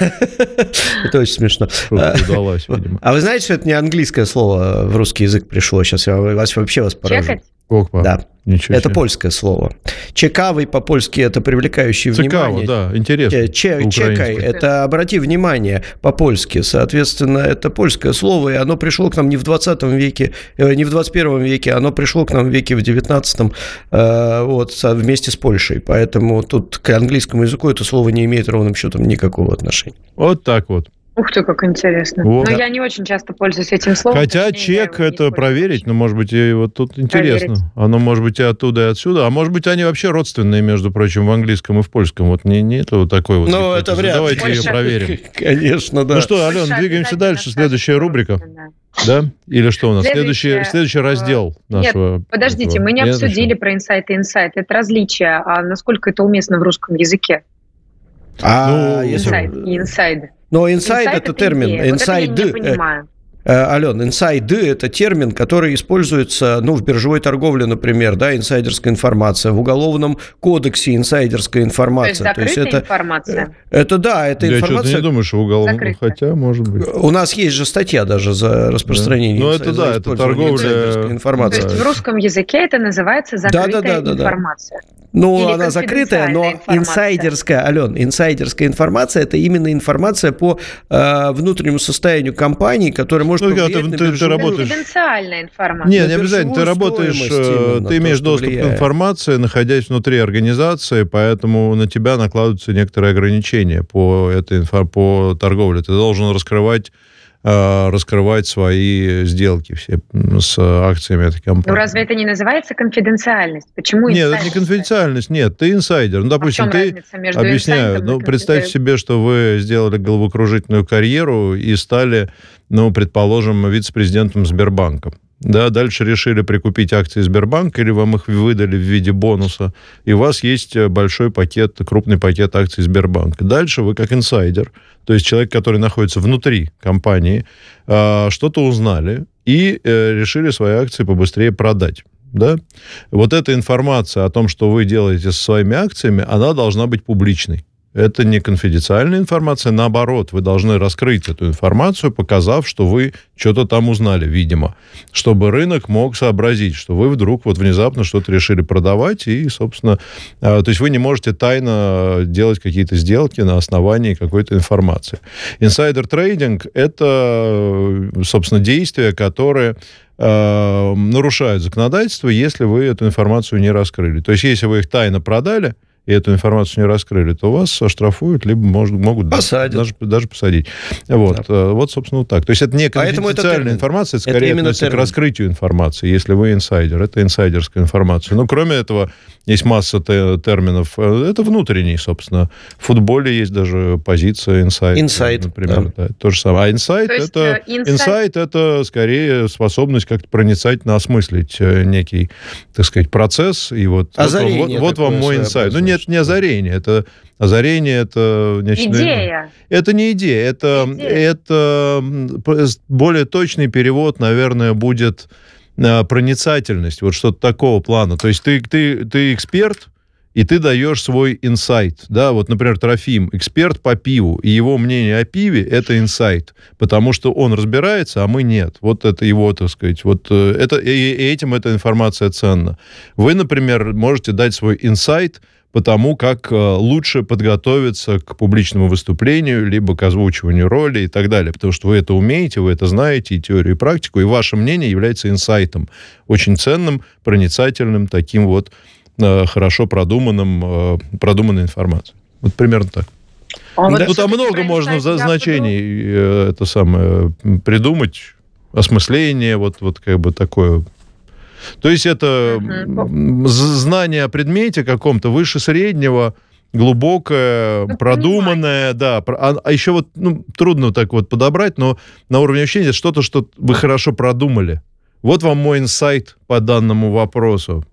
Speaker 2: Это очень смешно.
Speaker 3: Удалось, видимо.
Speaker 2: А вы знаете, что это не английское слово в русский язык пришло? Сейчас я вас вообще вас поражу.
Speaker 9: Чекать?
Speaker 3: Опа.
Speaker 2: Да.
Speaker 3: Ничего
Speaker 2: Это
Speaker 3: себе.
Speaker 2: польское слово. Чекавый по-польски — это привлекающий
Speaker 3: Цикаво,
Speaker 2: внимание.
Speaker 3: да, интересно.
Speaker 2: Че, чекай — это обрати внимание по-польски. Соответственно, это польское слово, и оно пришло к нам не в двадцатом веке, не в двадцать первом веке, оно пришло к нам в веке в девятнадцатом вот, вместе с Польшей. Поэтому тут к английскому языку это слово не имеет ровным счетом никакого отношения.
Speaker 3: Вот так вот.
Speaker 9: Ух ты, как интересно.
Speaker 3: Вот.
Speaker 9: Но я не очень часто пользуюсь этим словом.
Speaker 3: Хотя
Speaker 9: точнее,
Speaker 3: чек
Speaker 9: я его не
Speaker 3: это проверить, но может быть и вот тут интересно.
Speaker 9: Проверить.
Speaker 3: Оно может быть и оттуда, и отсюда, а может быть они вообще родственные, между прочим, в английском и в польском. Вот не, не это вот такой вот.
Speaker 2: Ну, это вряд ли.
Speaker 3: Давайте ее
Speaker 9: Больше.
Speaker 3: проверим.
Speaker 2: Конечно, да.
Speaker 3: Ну что, Алена,
Speaker 9: Больше
Speaker 3: двигаемся
Speaker 9: обязательно
Speaker 3: дальше. Следующая
Speaker 9: скажут,
Speaker 3: рубрика.
Speaker 9: да.
Speaker 3: Да? Или что у нас? Следующий,
Speaker 9: Следующее,
Speaker 3: следующий раздел
Speaker 9: Нет,
Speaker 3: нашего...
Speaker 9: Подождите,
Speaker 3: этого.
Speaker 9: мы не
Speaker 3: Нет,
Speaker 9: обсудили
Speaker 3: еще?
Speaker 9: про инсайт и инсайт. Это различие, а насколько это уместно в русском языке?
Speaker 2: А,
Speaker 3: Ну,
Speaker 2: если-
Speaker 9: Инсайт и инсайд.
Speaker 2: Но инсайд
Speaker 9: Инсайт
Speaker 2: это термин.
Speaker 9: идея. Вот
Speaker 2: Инсайд
Speaker 9: это я не понимаю.
Speaker 2: Ален, инсайды – это термин, который используется, ну, в биржевой торговле, например, да, инсайдерская информация, в уголовном кодексе инсайдерская информация.
Speaker 9: То есть закрытая
Speaker 2: То есть это,
Speaker 9: информация.
Speaker 2: Это да, это
Speaker 3: Я
Speaker 2: информация.
Speaker 3: что-то не думаю, что уголовно,
Speaker 9: Закрытая.
Speaker 3: хотя, может быть.
Speaker 2: У нас есть же статья даже за распространение.
Speaker 3: Да. Ну,
Speaker 2: инсайд-
Speaker 3: это
Speaker 2: за
Speaker 3: да, это
Speaker 2: использование
Speaker 3: торговля-
Speaker 2: инсайдерской
Speaker 9: То
Speaker 2: информации.
Speaker 9: есть в русском языке это называется закрытая
Speaker 2: Да-да-да-да-да.
Speaker 9: информация.
Speaker 2: Ну,
Speaker 9: Или
Speaker 2: она закрытая, но
Speaker 9: конфиденциальная информация.
Speaker 2: инсайдерская, Ален, инсайдерская информация – это именно информация по э, внутреннему состоянию компании, которая может
Speaker 3: Ну,
Speaker 2: повлиять
Speaker 3: ты-
Speaker 2: на
Speaker 3: ты- ты
Speaker 2: биржевую-
Speaker 3: работаешь-
Speaker 9: Конфиденциальная информация.
Speaker 3: Нет, не
Speaker 2: на
Speaker 3: обязательно. Ты
Speaker 2: биржевую
Speaker 3: работаешь,
Speaker 2: стоимость
Speaker 3: э,
Speaker 2: именно,
Speaker 3: ты имеешь
Speaker 2: то, что
Speaker 3: доступ
Speaker 2: влияет.
Speaker 3: к информации, находясь внутри организации, поэтому на тебя накладываются некоторые ограничения по этой инфо- по торговле. Ты должен раскрывать раскрывать свои сделки все с акциями этой компании.
Speaker 9: Ну, разве это не называется конфиденциальность? Почему
Speaker 3: Нет,
Speaker 9: инсайдер?
Speaker 3: это не конфиденциальность, нет, ты инсайдер. Ну, допустим,
Speaker 9: а в чем
Speaker 3: ты,
Speaker 9: между
Speaker 3: объясняю, ну, представьте себе, что вы сделали головокружительную карьеру и стали, ну, предположим, вице-президентом Сбербанка. Да, дальше решили прикупить акции Сбербанка, или вам их выдали в виде бонуса, и у вас есть большой пакет, крупный пакет акций Сбербанка. Дальше вы как инсайдер, то есть человек, который находится внутри компании, что-то узнали и решили свои акции побыстрее продать. Да? Вот эта информация о том, что вы делаете со своими акциями, она должна быть публичной. Это не конфиденциальная информация, наоборот, вы должны раскрыть эту информацию, показав, что вы что-то там узнали, видимо, чтобы рынок мог сообразить, что вы вдруг вот внезапно что-то решили продавать, и, собственно, то есть вы не можете тайно делать какие-то сделки на основании какой-то информации. Инсайдер-трейдинг – это, собственно, действия, которые нарушают законодательство, если вы эту информацию не раскрыли. То есть если вы их тайно продали, и эту информацию не раскрыли, то вас оштрафуют, либо может, могут даже, даже посадить. Вот. Да. Вот, собственно, вот так. То есть это не конфиденциальная информация, это скорее это относится термин. К раскрытию информации, если вы инсайдер. Это инсайдерская информация. Но кроме этого, есть масса терминов. Это внутренний, собственно. В футболе есть даже позиция инсайд.
Speaker 2: Инсайд,
Speaker 3: например. Да. Да, то же самое. А инсайд это, инсайд это скорее способность как-то проницательно осмыслить некий, так сказать, процесс. И вот, вот, вот, вот вам мой инсайд. Ну, нет, не озарение. Это озарение, это...
Speaker 9: Идея.
Speaker 3: Это не идея. Это, идея. Это более точный перевод, наверное, будет проницательность. Вот что-то такого плана. То есть ты, ты, ты эксперт, и ты даешь свой инсайт. Да? Вот, например, Трофим, эксперт по пиву, и его мнение о пиве – это инсайт, потому что он разбирается, а мы нет. Вот это его, так сказать, вот это, и, и этим эта информация ценна. Вы, например, можете дать свой инсайт по тому, как лучше подготовиться к публичному выступлению, либо к озвучиванию роли и так далее. Потому что вы это умеете, вы это знаете, и теорию, и практику, и ваше мнение является инсайтом. Очень ценным, проницательным, таким вот хорошо продуманным, продуманной информацией. Вот примерно так. А да, ну, там много можно значений буду... это самое, придумать, осмысление, вот, вот как бы такое... То есть это uh-huh. знание о предмете каком-то выше среднего, глубокое, ну, продуманное, понимаю. Да. А, а еще вот ну, трудно так вот подобрать, но на уровне ощущения что-то, что вы хорошо продумали. Вот вам мой инсайт по данному вопросу.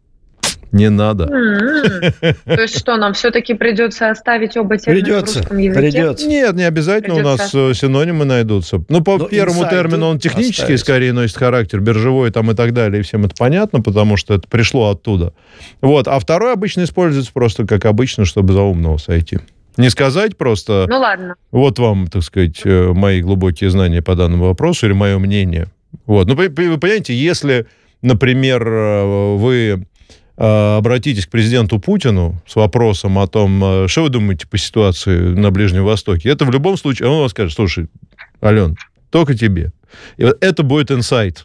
Speaker 3: Не надо.
Speaker 9: Mm-hmm. То есть что, нам все-таки придется оставить оба термина в русском языке?
Speaker 2: Придется.
Speaker 3: Нет, не обязательно придется. У нас синонимы найдутся. Ну, по Но первому термину он технический, оставить. Скорее носит характер, биржевой там и так далее, и всем это понятно, потому что это пришло оттуда. Вот. А второй обычно используется просто как обычно, чтобы за умного сойти. Не сказать просто...
Speaker 9: Ну, ладно.
Speaker 3: Вот вам, так сказать, мои глубокие знания по данному вопросу или мое мнение. Вот. Ну, вы понимаете, если, например, вы... обратитесь к президенту Путину с вопросом о том, что вы думаете по ситуации на Ближнем Востоке, это в любом случае, он вам скажет, слушай, Ален, только тебе. И вот это будет инсайт.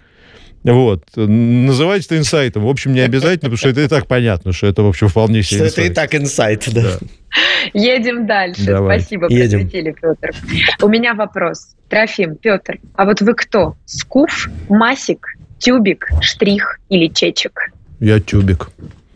Speaker 3: Вот. Называйте это инсайтом. В общем, не обязательно, потому что это и так понятно, что это, в общем, вполне себе инсайт.
Speaker 2: Что это и так инсайт, да. да.
Speaker 9: Едем дальше.
Speaker 3: Давай.
Speaker 9: Спасибо, просветили, Петр. У меня вопрос. Трофим, Петр, а вот вы кто? Скуф, масик, тюбик, штрих или чечек?
Speaker 3: Я тюбик.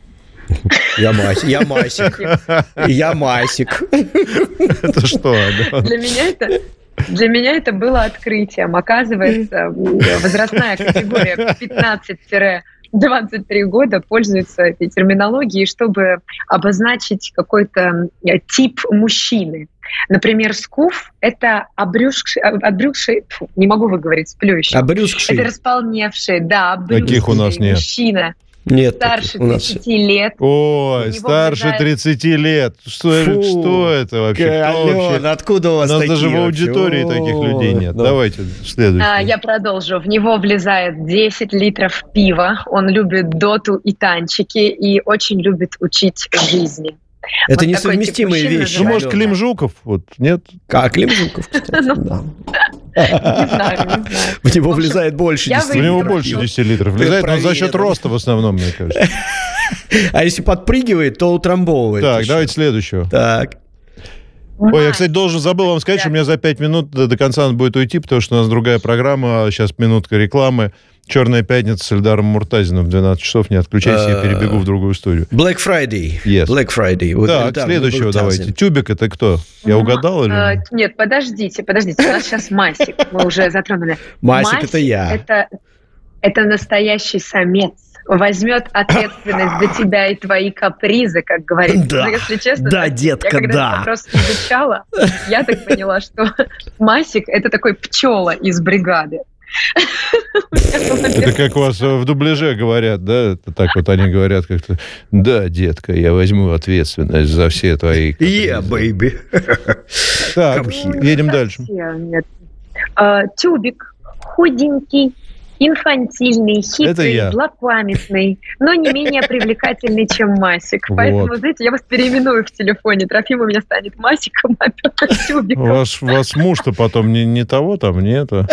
Speaker 2: Я масик. Я масик. Я масик.
Speaker 3: Это что?
Speaker 9: Для меня это... Для меня это было открытием. Оказывается, возрастная категория пятнадцать-двадцать три года пользуется этой терминологией, чтобы обозначить какой-то тип мужчины. Например, скуф – это обрюзгший, обрюзгший, фу, не могу выговорить, сплю еще.
Speaker 2: Обрюзгший.
Speaker 9: Это располневший, да, обрюзгший
Speaker 3: Таких у нас нет.
Speaker 9: Мужчина.
Speaker 2: Нет,
Speaker 9: старше тридцати лет.
Speaker 3: Ой, старше влезает... тридцати лет. Что, Фу, что это вообще?
Speaker 2: Ален,
Speaker 3: вообще?
Speaker 2: Откуда у вас
Speaker 3: у нас
Speaker 2: такие?
Speaker 3: даже в аудитории вообще? Таких людей нет. Да. Давайте следующий.
Speaker 9: А, я продолжу. В него влезает десять литров пива. Он любит доту и танчики и очень любит учить жизни.
Speaker 2: Это вот несовместимые вещи.
Speaker 3: Ну, может, Клим Жуков? Вот, нет?
Speaker 2: А, Клим Жуков, кстати, да.
Speaker 9: Не знаю, не знаю.
Speaker 2: В него влезает больше
Speaker 3: десяти литров. В него больше десяти литров влезает, но за счет роста в основном, мне кажется.
Speaker 2: А если подпрыгивает, то утрамбовывает.
Speaker 3: Так, давайте следующего.
Speaker 2: Так.
Speaker 3: Ой, я, кстати, должен, забыл вам сказать, да. что у меня за пять минут до, до конца надо будет уйти, потому что у нас другая программа, сейчас минутка рекламы. «Черная пятница» с Эльдаром Муртазиным в двенадцать часов. Не отключайся, я перебегу в другую студию.
Speaker 2: Black Friday.
Speaker 3: Yes.
Speaker 2: Black Friday. Вот
Speaker 3: так, Эльдар, следующего давайте. Тюбик это кто? Я угадал или
Speaker 9: а, нет, подождите, подождите. У нас сейчас Масик. Мы уже затронули.
Speaker 2: Масик это я.
Speaker 9: Это, это настоящий самец. Возьмет ответственность за тебя и твои капризы, как говорится.
Speaker 2: Да,
Speaker 9: но, если честно,
Speaker 2: да,
Speaker 9: так,
Speaker 2: детка,
Speaker 9: я когда
Speaker 2: да.
Speaker 9: этот вопрос изучала, я так поняла, что Масик – это такой пчела из бригады.
Speaker 3: Это как у вас в дубляже говорят, да? Это так вот они говорят как-то. Да, детка, я возьму ответственность за все твои...
Speaker 2: Yeah, baby.
Speaker 3: Так, едем дальше.
Speaker 9: Нет. Тюбик худенький, инфантильный, хитрый, злопамятный, но не менее привлекательный, чем Масик. Вот. Поэтому, знаете, я вас переименую в телефоне. Трофим у меня станет Масиком, а Петр Тюбиком.
Speaker 3: Ваш, ваш муж-то потом не, не того там, нет?
Speaker 9: Да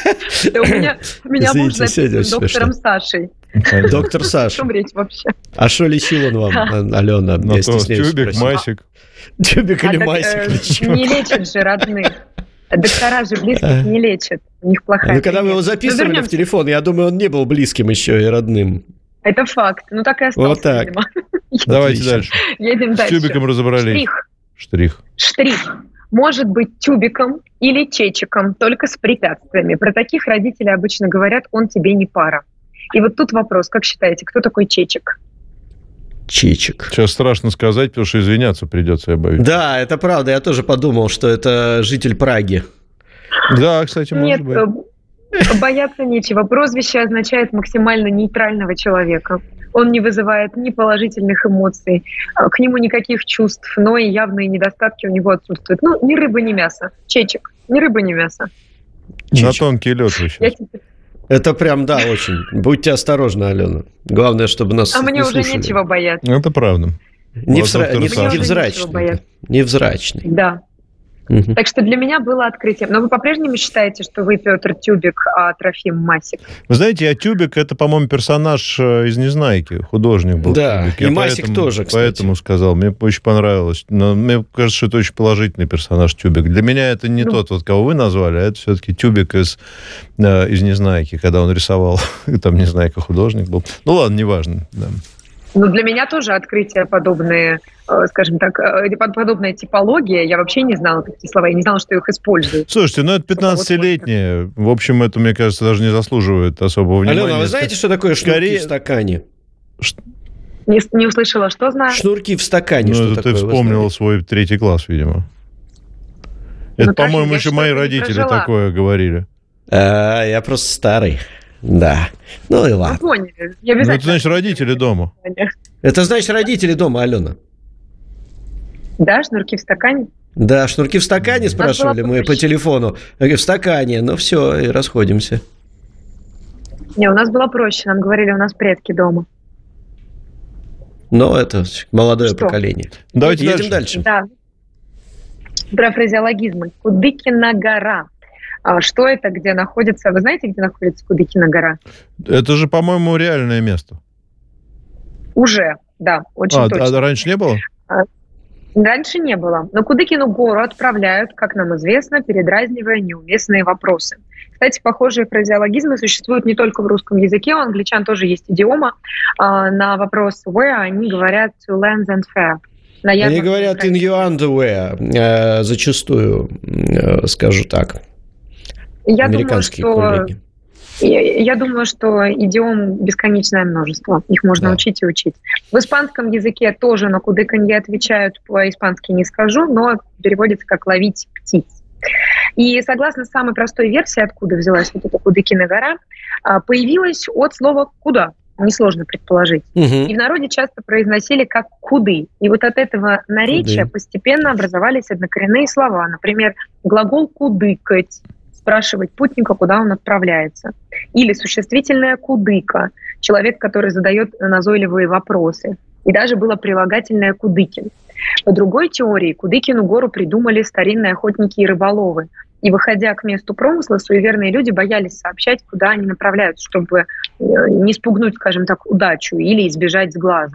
Speaker 9: у меня, у меня муж записан доктором Сашей.
Speaker 2: Доктор Саша.
Speaker 9: О чем речь вообще?
Speaker 2: А что лечил он вам, Алена?
Speaker 3: Ну, Тюбик, Масик.
Speaker 2: Тюбик или Масик лечил?
Speaker 9: Не лечат же родных. Доктора же близких не лечат. У них плохая.
Speaker 2: Ну, когда вы его записывали в телефон, я думаю, он не был близким еще и родным.
Speaker 9: Это факт. Ну, так и остался,
Speaker 2: вот так.
Speaker 9: видимо.
Speaker 3: Давайте Отлично. дальше.
Speaker 9: Едем дальше.
Speaker 3: С тюбиком разобрались.
Speaker 9: Штрих.
Speaker 3: Штрих.
Speaker 9: Штрих. Может быть тюбиком или чечиком, только с препятствиями. Про таких родители обычно говорят, он тебе не пара. И вот тут вопрос, как считаете, кто такой чечик?
Speaker 2: Чечик.
Speaker 3: Сейчас страшно сказать, потому что извиняться придется, я боюсь.
Speaker 2: Да, это правда. Я тоже подумал, что это житель Праги.
Speaker 3: Да, кстати, может
Speaker 9: Нет,
Speaker 3: быть.
Speaker 9: Бояться нечего. Прозвище означает максимально нейтрального человека. Он не вызывает ни положительных эмоций, к нему никаких чувств, но и явные недостатки у него отсутствуют. Ну, ни рыба, ни мясо. Чечик. Ни рыба, ни мясо.
Speaker 3: Чечик. На тонкий лед вы сейчас.
Speaker 9: Теперь...
Speaker 2: Это прям, да, очень. Будьте осторожны, Алена. Главное, чтобы нас
Speaker 9: А
Speaker 2: не
Speaker 9: мне
Speaker 2: слушали.
Speaker 9: уже нечего бояться.
Speaker 3: Это правда.
Speaker 2: Невзра... Невзрачный. Невзрачный.
Speaker 9: Да. Угу. Так что для меня было открытием. Но вы по-прежнему считаете, что вы Петр Тюбик, а Трофим Масик?
Speaker 3: Вы знаете, а Тюбик — это, по-моему, персонаж из «Незнайки», художник был.
Speaker 2: Да,
Speaker 3: Тюбик.
Speaker 2: и
Speaker 3: Я
Speaker 2: Масик
Speaker 3: поэтому,
Speaker 2: тоже, кстати.
Speaker 3: Поэтому сказал, мне очень понравилось. Но мне кажется, что это очень положительный персонаж Тюбик. Для меня это не ну, тот, вот, кого вы назвали, а это все-таки Тюбик из, э, из «Незнайки», когда он рисовал. Там «Незнайка» художник был. Ну ладно, неважно, да.
Speaker 9: Ну, для меня тоже открытие подобные, скажем так, подобная типология. Я вообще не знала такие слова, я не знала, что их используют.
Speaker 3: Слушайте, ну это пятнадцатилетние. В общем, это, мне кажется, даже не заслуживает особого внимания.
Speaker 2: Алена, вы знаете, что такое шнурки Скорее... в стакане?
Speaker 9: Не, не услышала, что знаю?
Speaker 2: Шнурки в стакане.
Speaker 3: Ну,
Speaker 2: что
Speaker 3: это
Speaker 2: такое,
Speaker 3: ты вспомнил свой третий класс, видимо. Это, ну, по-моему, еще мои родители такое говорили.
Speaker 2: А, я просто старый. Да. Ну и ладно.
Speaker 9: Вы поняли. Я
Speaker 3: ну, это значит родители дома.
Speaker 2: Это значит родители дома, Алена.
Speaker 9: Да, шнурки в стакане?
Speaker 2: Да, шнурки в стакане, спрашивали мы по телефону. Я говорю, в стакане. Ну все, и расходимся.
Speaker 9: Не, у нас было проще. Нам говорили, у нас предки дома.
Speaker 2: Ну, это молодое что? поколение.
Speaker 3: Давайте
Speaker 2: едем
Speaker 3: дальше.
Speaker 2: дальше.
Speaker 9: Да. Про фразеологизмы. Кудыкина гора. А что это, где находится? Вы знаете, где находится Кудыкина гора?
Speaker 3: Это же, по-моему, реальное место.
Speaker 9: Уже, да, очень
Speaker 3: а,
Speaker 9: точно.
Speaker 3: А раньше не было?
Speaker 9: А, раньше не было. Но Кудыкину гору отправляют, как нам известно, передразнивая неуместные вопросы. Кстати, похожие фразеологизмы существуют не только в русском языке, у англичан тоже есть идиома. А, на вопрос where они говорят to land and fair.
Speaker 2: Они говорят in your underwear, э, зачастую, э, скажу так.
Speaker 9: Я думаю, что, я, я думаю, что идиом бесконечное множество. Их можно да. учить и учить. В испанском языке тоже на кудыканье отвечают, по-испански не скажу, но переводится как «ловить птиц». И согласно самой простой версии, откуда взялась вот эта Кудыкина гора, появилась от слова «куда». Несложно предположить. Угу. И в народе часто произносили как «куды». И вот от этого наречия куды. Постепенно образовались однокоренные слова. Например, глагол «кудыкать», спрашивать путника, куда он отправляется. Или существительное «кудыка», человек, который задает назойливые вопросы. И даже было прилагательное «кудыкин». По другой теории, Кудыкину гору придумали старинные охотники и рыболовы. И, выходя к месту промысла, суеверные люди боялись сообщать, куда они направляются, чтобы не спугнуть, скажем так, удачу или избежать сглаза.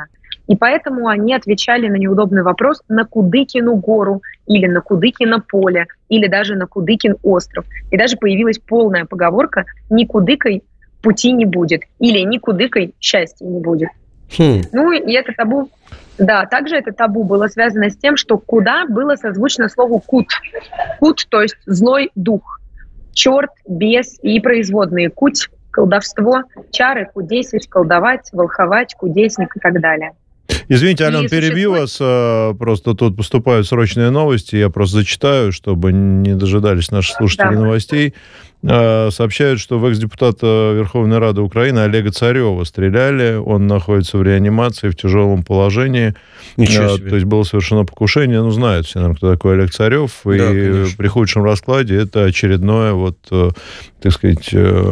Speaker 9: И поэтому они отвечали на неудобный вопрос на Кудыкину гору или на Кудыкино поле, или даже на Кудыкин остров. И даже появилась полная поговорка «ни кудыкой пути не будет» или «ни кудыкой счастья не будет». Хм. Ну и это табу. Да, также это табу было связано с тем, что «куда» было созвучно слову «кут». «Кут», то есть злой дух. Черт, бес и производные «куть», колдовство, чары, кудесить, колдовать, волховать, кудесник и так далее.
Speaker 3: Извините, Алена, и перебью существует... вас. Просто тут поступают срочные новости. Я просто зачитаю, чтобы не дожидались наши слушатели да. новостей. Сообщают, что в экс-депутата Верховной Рады Украины Олега Царева стреляли. Он находится в реанимации в тяжелом положении. Ничего себе. То есть было совершено покушение. Ну, знают все, наверное, кто такой Олег Царев. Да, и конечно. При худшем раскладе это очередное, вот, так сказать,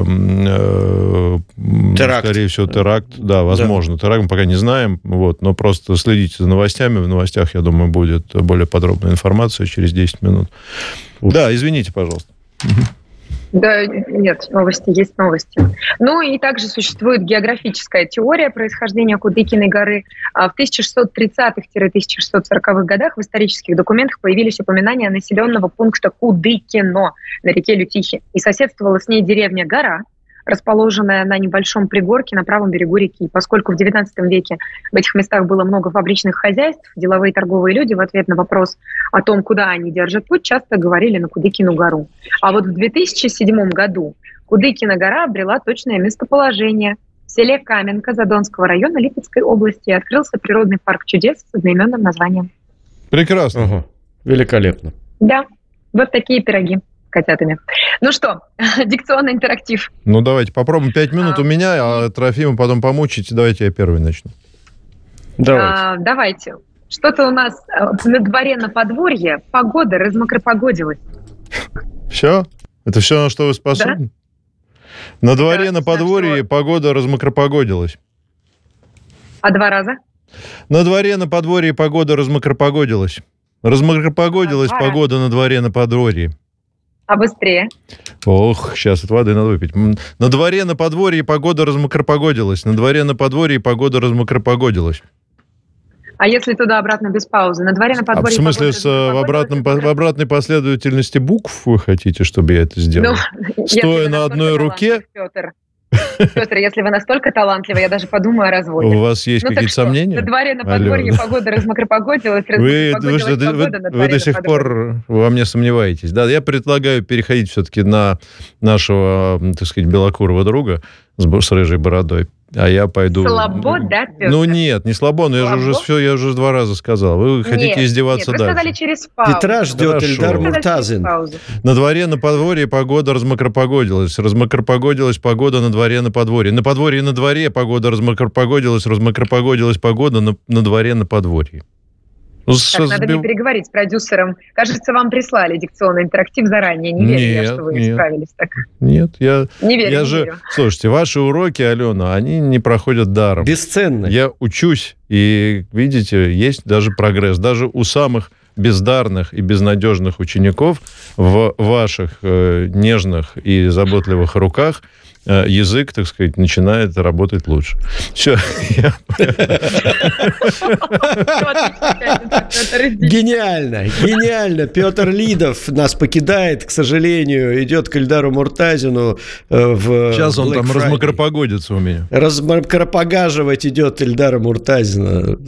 Speaker 3: теракт. Скорее всего, теракт. Да, возможно, да. теракт. Мы пока не знаем. Вот, но просто следите за новостями. В новостях, я думаю, будет более подробная информация через десять минут. Уф. Да, извините, пожалуйста.
Speaker 9: Да, нет, новости есть новости. Ну и также существует географическая теория происхождения Кудыкиной горы. В тысяча шестьсот тридцатых - тысяча шестьсот сороковых годах в исторических документах появились упоминания населенного пункта Кудыкино на реке Лютихи. И соседствовала с ней деревня Гора, расположенная на небольшом пригорке на правом берегу реки. Поскольку в девятнадцатом веке в этих местах было много фабричных хозяйств, деловые и торговые люди в ответ на вопрос о том, куда они держат путь, часто говорили на Кудыкину гору. А вот в две тысячи седьмом году Кудыкина гора обрела точное местоположение. В селе Каменка Задонского района Липецкой области открылся природный парк чудес с одноименным названием.
Speaker 3: Прекрасно.
Speaker 2: Ага. Великолепно.
Speaker 9: Да, вот такие пироги. Котятами. Ну что, дикционный интерактив.
Speaker 3: Ну, давайте попробуем. Пять минут а, у меня, а Трофима потом помучите. Давайте я первый начну.
Speaker 9: Давайте. А, давайте. Что-то у нас на дворе на подворье. Погода размокропогодилась.
Speaker 3: Все? Это все, на что вы способны? Да? На дворе да, на подворье что... погода размокропогодилась.
Speaker 9: А два раза?
Speaker 3: На дворе на подворье погода размокропогодилась. Размокропогодилась а, погода раза. На дворе на подворье.
Speaker 9: А быстрее?
Speaker 3: Ох, сейчас от воды надо выпить. На дворе на подворье погода размокропогодилась. На дворе на подворье погода размокропогодилась.
Speaker 9: А если туда-обратно без паузы? На дворе на подворье...
Speaker 3: А в смысле, с, в, обратном, в обратной последовательности букв вы хотите, чтобы я это сделал? Ну, стоя на одной руке...
Speaker 9: Петр. Петр, если вы настолько талантливы, я даже подумаю о разводе.
Speaker 3: У вас есть ну, какие-то сомнения?
Speaker 9: На дворе на подворье Алена. Погода размокропогодилась,
Speaker 3: вы, вы, что, вы, вы, вы до сих пор во мне сомневаетесь. Да, я предлагаю переходить все-таки на нашего, так сказать, белокурого друга с, с рыжей бородой. А я пойду...
Speaker 9: Слабо, да, Петр?
Speaker 3: Ну нет, не слабо, но я же уже все, я уже два раза сказал. Вы хотите нет, издеваться
Speaker 9: нет,
Speaker 3: дальше.
Speaker 9: Вы сказали через паузу.
Speaker 2: Петра ждет Эльдар Муртазин.
Speaker 3: На дворе на подворье погода размокропогодилась. Размокропогодилась погода на дворе на подворье. На подворье на дворе погода размокропогодилась. Размокропогодилась погода на, на дворе на подворье.
Speaker 9: Так, надо мне переговорить с продюсером. Кажется, вам прислали дикционный интерактив заранее. Не верю
Speaker 3: нет,
Speaker 9: я, что вы
Speaker 3: нет.
Speaker 9: справились так.
Speaker 3: Нет, я...
Speaker 9: Не верю,
Speaker 3: я
Speaker 9: не
Speaker 3: же...
Speaker 9: верю.
Speaker 3: Слушайте, ваши уроки, Алена, они не проходят даром.
Speaker 2: Бесценно.
Speaker 3: Я учусь, и, видите, есть даже прогресс. Даже у самых бездарных и безнадежных учеников в ваших э, нежных и заботливых руках язык, так сказать, начинает работать лучше. Все.
Speaker 2: Гениально, гениально. Петр Лидов нас покидает, к сожалению, идет к Эльдару Муртазину в
Speaker 3: Сейчас он Black там Friday. Размокропогодится у меня.
Speaker 2: Размокропогаживать идет Эльдара Муртазина.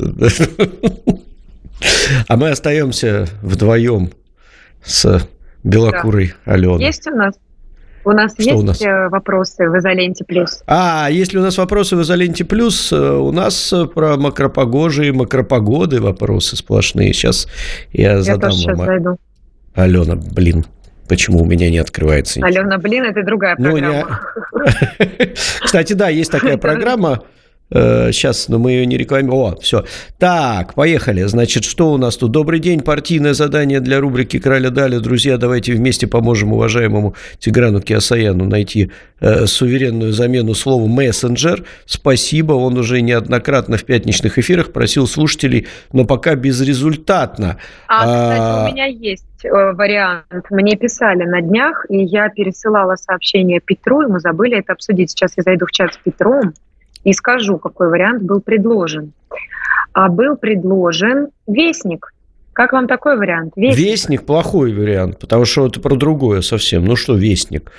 Speaker 2: А мы остаемся вдвоем с белокурой да. Аленой.
Speaker 9: Есть у нас? У нас Что есть у нас? Вопросы в Изоленте Плюс?
Speaker 2: А, если у нас вопросы в Изоленте Плюс, у нас про макропогожие, макропогоды вопросы сплошные. Сейчас я, я задам
Speaker 9: тоже
Speaker 2: вам.
Speaker 9: Сейчас зайду.
Speaker 2: Алена, блин, почему у меня не открывается?
Speaker 9: Алена, блин, это другая программа.
Speaker 2: Кстати, да, есть такая программа. Сейчас, но мы ее не рекламируем. О, все. Так, поехали. Значит, что у нас тут? Добрый день. Партийное задание для рубрики «Краля Даля». Друзья, давайте вместе поможем уважаемому Тиграну Кеосаяну найти э, суверенную замену слову «мессенджер». Спасибо. Он уже неоднократно в пятничных эфирах просил слушателей, но пока безрезультатно.
Speaker 9: А, кстати, а... у меня есть вариант. Мне писали на днях, и я пересылала сообщение Петру, и мы забыли это обсудить. Сейчас я зайду в чат с Петром и скажу, какой вариант был предложен. а был предложен «Вестник». Как вам такой вариант?
Speaker 2: Вестник, Вестник плохой вариант, потому что это про другое совсем. Ну что, Вестник?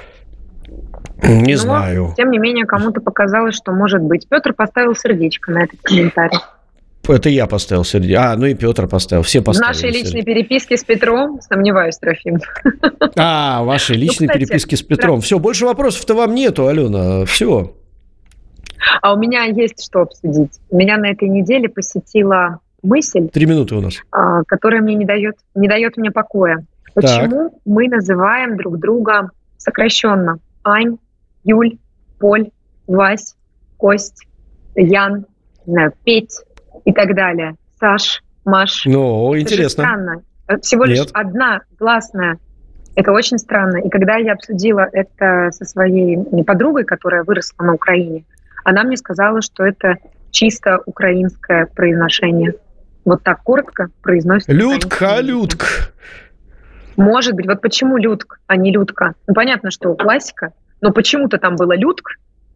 Speaker 2: Не
Speaker 9: Но,
Speaker 2: знаю.
Speaker 9: Тем не менее, кому-то показалось, что может быть. Петр поставил сердечко на этот комментарий.
Speaker 2: Это я поставил сердечко. А, ну и Петр поставил. Все поставили.
Speaker 9: В нашей личной переписке с Петром, сомневаюсь, Трофим.
Speaker 2: А, в вашей личной ну, переписке с Петром. Да. Все, больше вопросов-то вам нету, Алена. Все.
Speaker 9: А у меня есть что обсудить. Меня на этой неделе посетила мысль.
Speaker 2: Три минуты у нас.
Speaker 9: Которая мне не дает, не дает мне покоя. Почему так. мы называем друг друга сокращенно? Ань, Юль, Поль, Вась, Кость, Ян, не знаю, Петь и так далее. Саш, Маш.
Speaker 2: Ну, это интересно.
Speaker 9: Странно. Всего лишь Нет. одна гласная. Это очень странно. И когда я обсудила это со своей подругой, которая выросла на Украине, она мне сказала, что это чисто украинское произношение. Вот так коротко произносится.
Speaker 2: Людка, Людк.
Speaker 9: Может быть. Вот почему Людк, а не Людка? Ну, понятно, что классика, но почему-то там было Людк.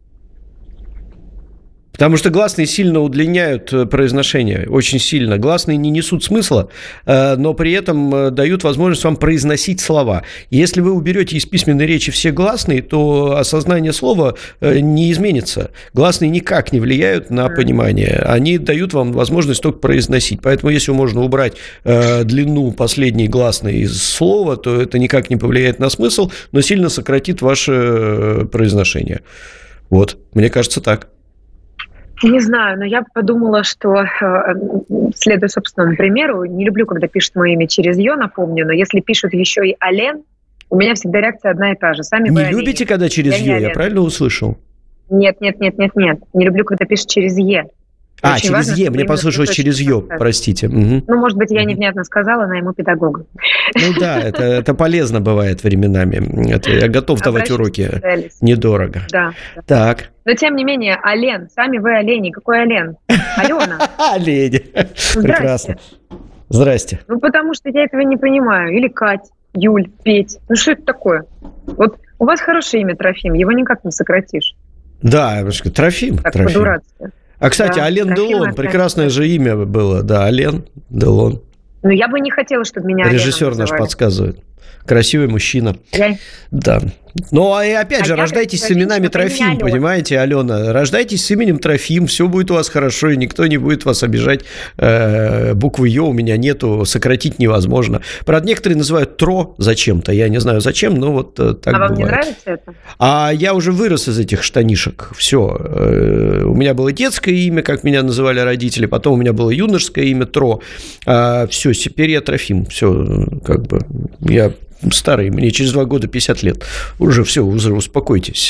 Speaker 2: Потому что гласные сильно удлиняют произношение, очень сильно. Гласные не несут смысла, но при этом дают возможность вам произносить слова. Если вы уберете из письменной речи все гласные, то осознание слова не изменится. Гласные никак не влияют на понимание. Они дают вам возможность только произносить. Поэтому если можно убрать длину последней гласной из слова, то это никак не повлияет на смысл, но сильно сократит ваше произношение. Вот, мне кажется, так.
Speaker 9: Не знаю, но я подумала, что, следуя собственному примеру, не люблю, когда пишут мое имя через «ё», напомню, но если пишут еще и «Ален», у меня всегда реакция одна и та же. Сами
Speaker 2: не любите, Олени. Когда через «ё», я правильно услышал?
Speaker 9: Нет, нет, нет, нет, нет. Не люблю, когда пишут через «е».
Speaker 2: А, Очень через важно, «е», мне послышалось через «ё», простите. Угу.
Speaker 9: Ну, может быть, я невнятно сказала, найму педагога.
Speaker 2: Ну да, это, это полезно бывает временами. Это я готов давать уроки недорого.
Speaker 9: Да.
Speaker 2: Так.
Speaker 9: Но, тем не менее, Олен, сами вы олени. Какой Олен? Алена.
Speaker 2: Олени. Прекрасно. Здрасте.
Speaker 9: Ну, потому что я этого не понимаю. Или Кать, Юль, Петь. Ну, что это такое? Вот у вас хорошее имя, Трофим, его никак не сократишь.
Speaker 2: Да, Трофим.
Speaker 9: Так по-дурацки.
Speaker 2: А, кстати, да, Ален Делон, прекрасное же имя было, да, Ален Делон.
Speaker 9: Ну, я бы не хотела, чтобы меня
Speaker 2: Режиссер наш подсказывает. Красивый мужчина.
Speaker 9: Я...
Speaker 2: Да. Ну, и опять а же, рождайтесь с именами Трофим, понимаете, Алена? Рождайтесь с именем Трофим, все будет у вас хорошо, и никто не будет вас обижать. Э, буквы «ё» у меня нету, сократить невозможно. Правда, некоторые называют «тро» зачем-то, я не знаю зачем, но вот э, так
Speaker 9: а
Speaker 2: бывает.
Speaker 9: А вам не нравится это?
Speaker 2: А я уже вырос из этих штанишек, все. Э, у меня было детское имя, как меня называли родители, потом у меня было юношеское имя «Тро». А, все, теперь я Трофим, все, как бы, я... Старый, мне через два года пятьдесят лет. Уже все, уже успокойтесь.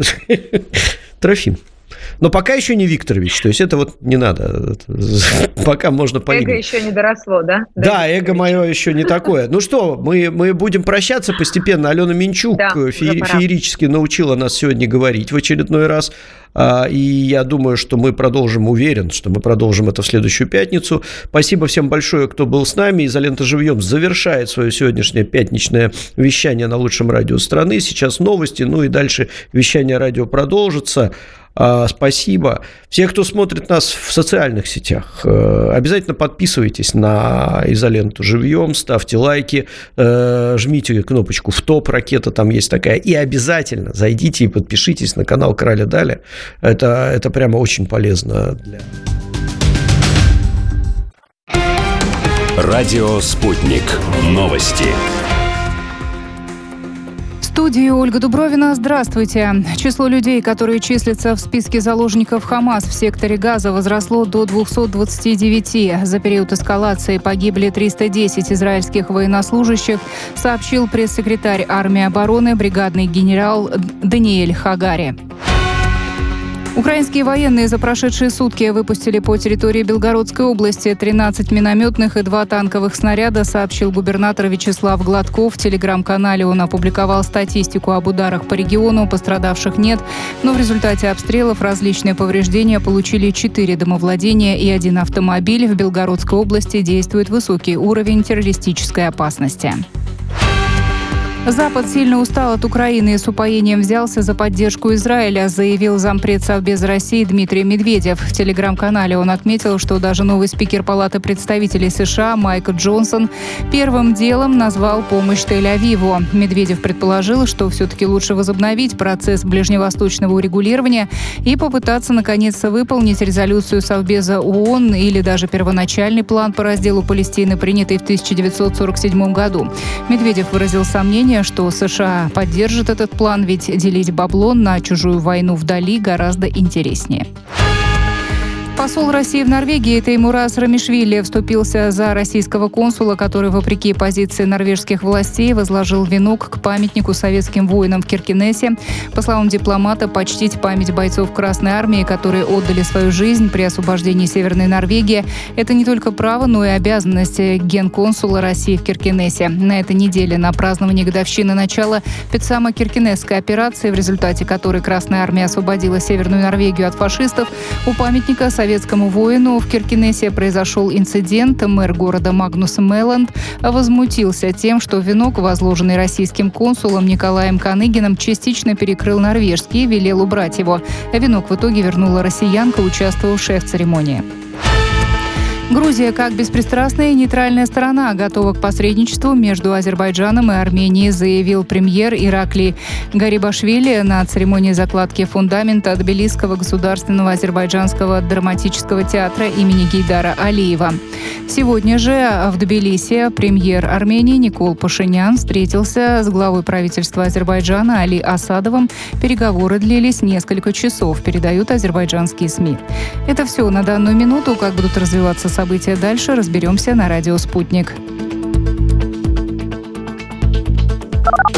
Speaker 2: Трофим. Но пока еще не Викторович, то есть это вот не надо. Пока можно по
Speaker 9: Эго еще не доросло, да?
Speaker 2: Да, эго мое еще не такое. Ну что, мы, мы будем прощаться постепенно. Алена Минчук да, фе- феерически научила нас сегодня говорить в очередной раз. И я думаю, что мы продолжим, уверен, что мы продолжим это в следующую пятницу. Спасибо всем большое, кто был с нами. «Изолента живьем» завершает свое сегодняшнее пятничное вещание на лучшем радио страны. Сейчас новости, ну и дальше вещание радио продолжится. Спасибо. Все, кто смотрит нас в социальных сетях, обязательно подписывайтесь на «Изоленту живьем», ставьте лайки, жмите кнопочку «В топ», ракета там есть такая, и обязательно зайдите и подпишитесь на канал «Краля Даля». Это, это прямо очень полезно для...
Speaker 1: Радио «Спутник». Новости.
Speaker 8: В студии Ольга Дубровина. Здравствуйте. Число людей, которые числятся в списке заложников Хамас в секторе Газа, возросло до двухсот двадцати девяти. За период эскалации погибли триста десять израильских военнослужащих, сообщил пресс-секретарь армии обороны бригадный генерал Даниэль Хагари. Украинские военные за прошедшие сутки выпустили по территории Белгородской области тринадцать минометных и два танковых снаряда, сообщил губернатор Вячеслав Гладков. В телеграм-канале он опубликовал статистику об ударах по региону, пострадавших нет, но в результате обстрелов различные повреждения получили четыре домовладения и один автомобиль. В Белгородской области действует высокий уровень террористической опасности. Запад сильно устал от Украины и с упоением взялся за поддержку Израиля, заявил зампред Совбеза России Дмитрий Медведев. В телеграм-канале он отметил, что даже новый спикер Палаты представителей США Майк Джонсон первым делом назвал помощь Тель-Авиву. Медведев предположил, что все-таки лучше возобновить процесс ближневосточного урегулирования и попытаться наконец-то выполнить резолюцию Совбеза ООН или даже первоначальный план по разделу Палестины, принятый в тысяча девятьсот сорок седьмом году. Медведев выразил сомнение, что США поддержит этот план, ведь делить бабло на чужую войну вдали гораздо интереснее. Посол России в Норвегии Теймураз Рамишвили вступился за российского консула, который, вопреки позиции норвежских властей, возложил венок к памятнику советским воинам в Киркенесе. По словам дипломата, почтить память бойцов Красной Армии, которые отдали свою жизнь при освобождении Северной Норвегии, это не только право, но и обязанность генконсула России в Киркенесе. На этой неделе на праздновании годовщины начала Петсамо-Киркенесской операции, в результате которой Красная Армия освободила Северную Норвегию от фашистов, у памятника советскому воину в Киркенесе произошел инцидент. Мэр города Магнус Мелланд возмутился тем, что венок, возложенный российским консулом Николаем Каныгином, частично перекрыл норвежский и велел убрать его. Венок в итоге вернула россиянка, участвовавшая в церемонии. Грузия, как беспристрастная и нейтральная сторона, готова к посредничеству между Азербайджаном и Арменией, заявил премьер Ираклий Гарибашвили на церемонии закладки фундамента Тбилисского государственного азербайджанского драматического театра имени Гейдара Алиева. Сегодня же в Тбилиси премьер Армении Никол Пашинян встретился с главой правительства Азербайджана Али Асадовым. Переговоры длились несколько часов, передают азербайджанские СМИ. Это все на данную минуту. Как будут развиваться события дальше, разберемся на радио «Спутник».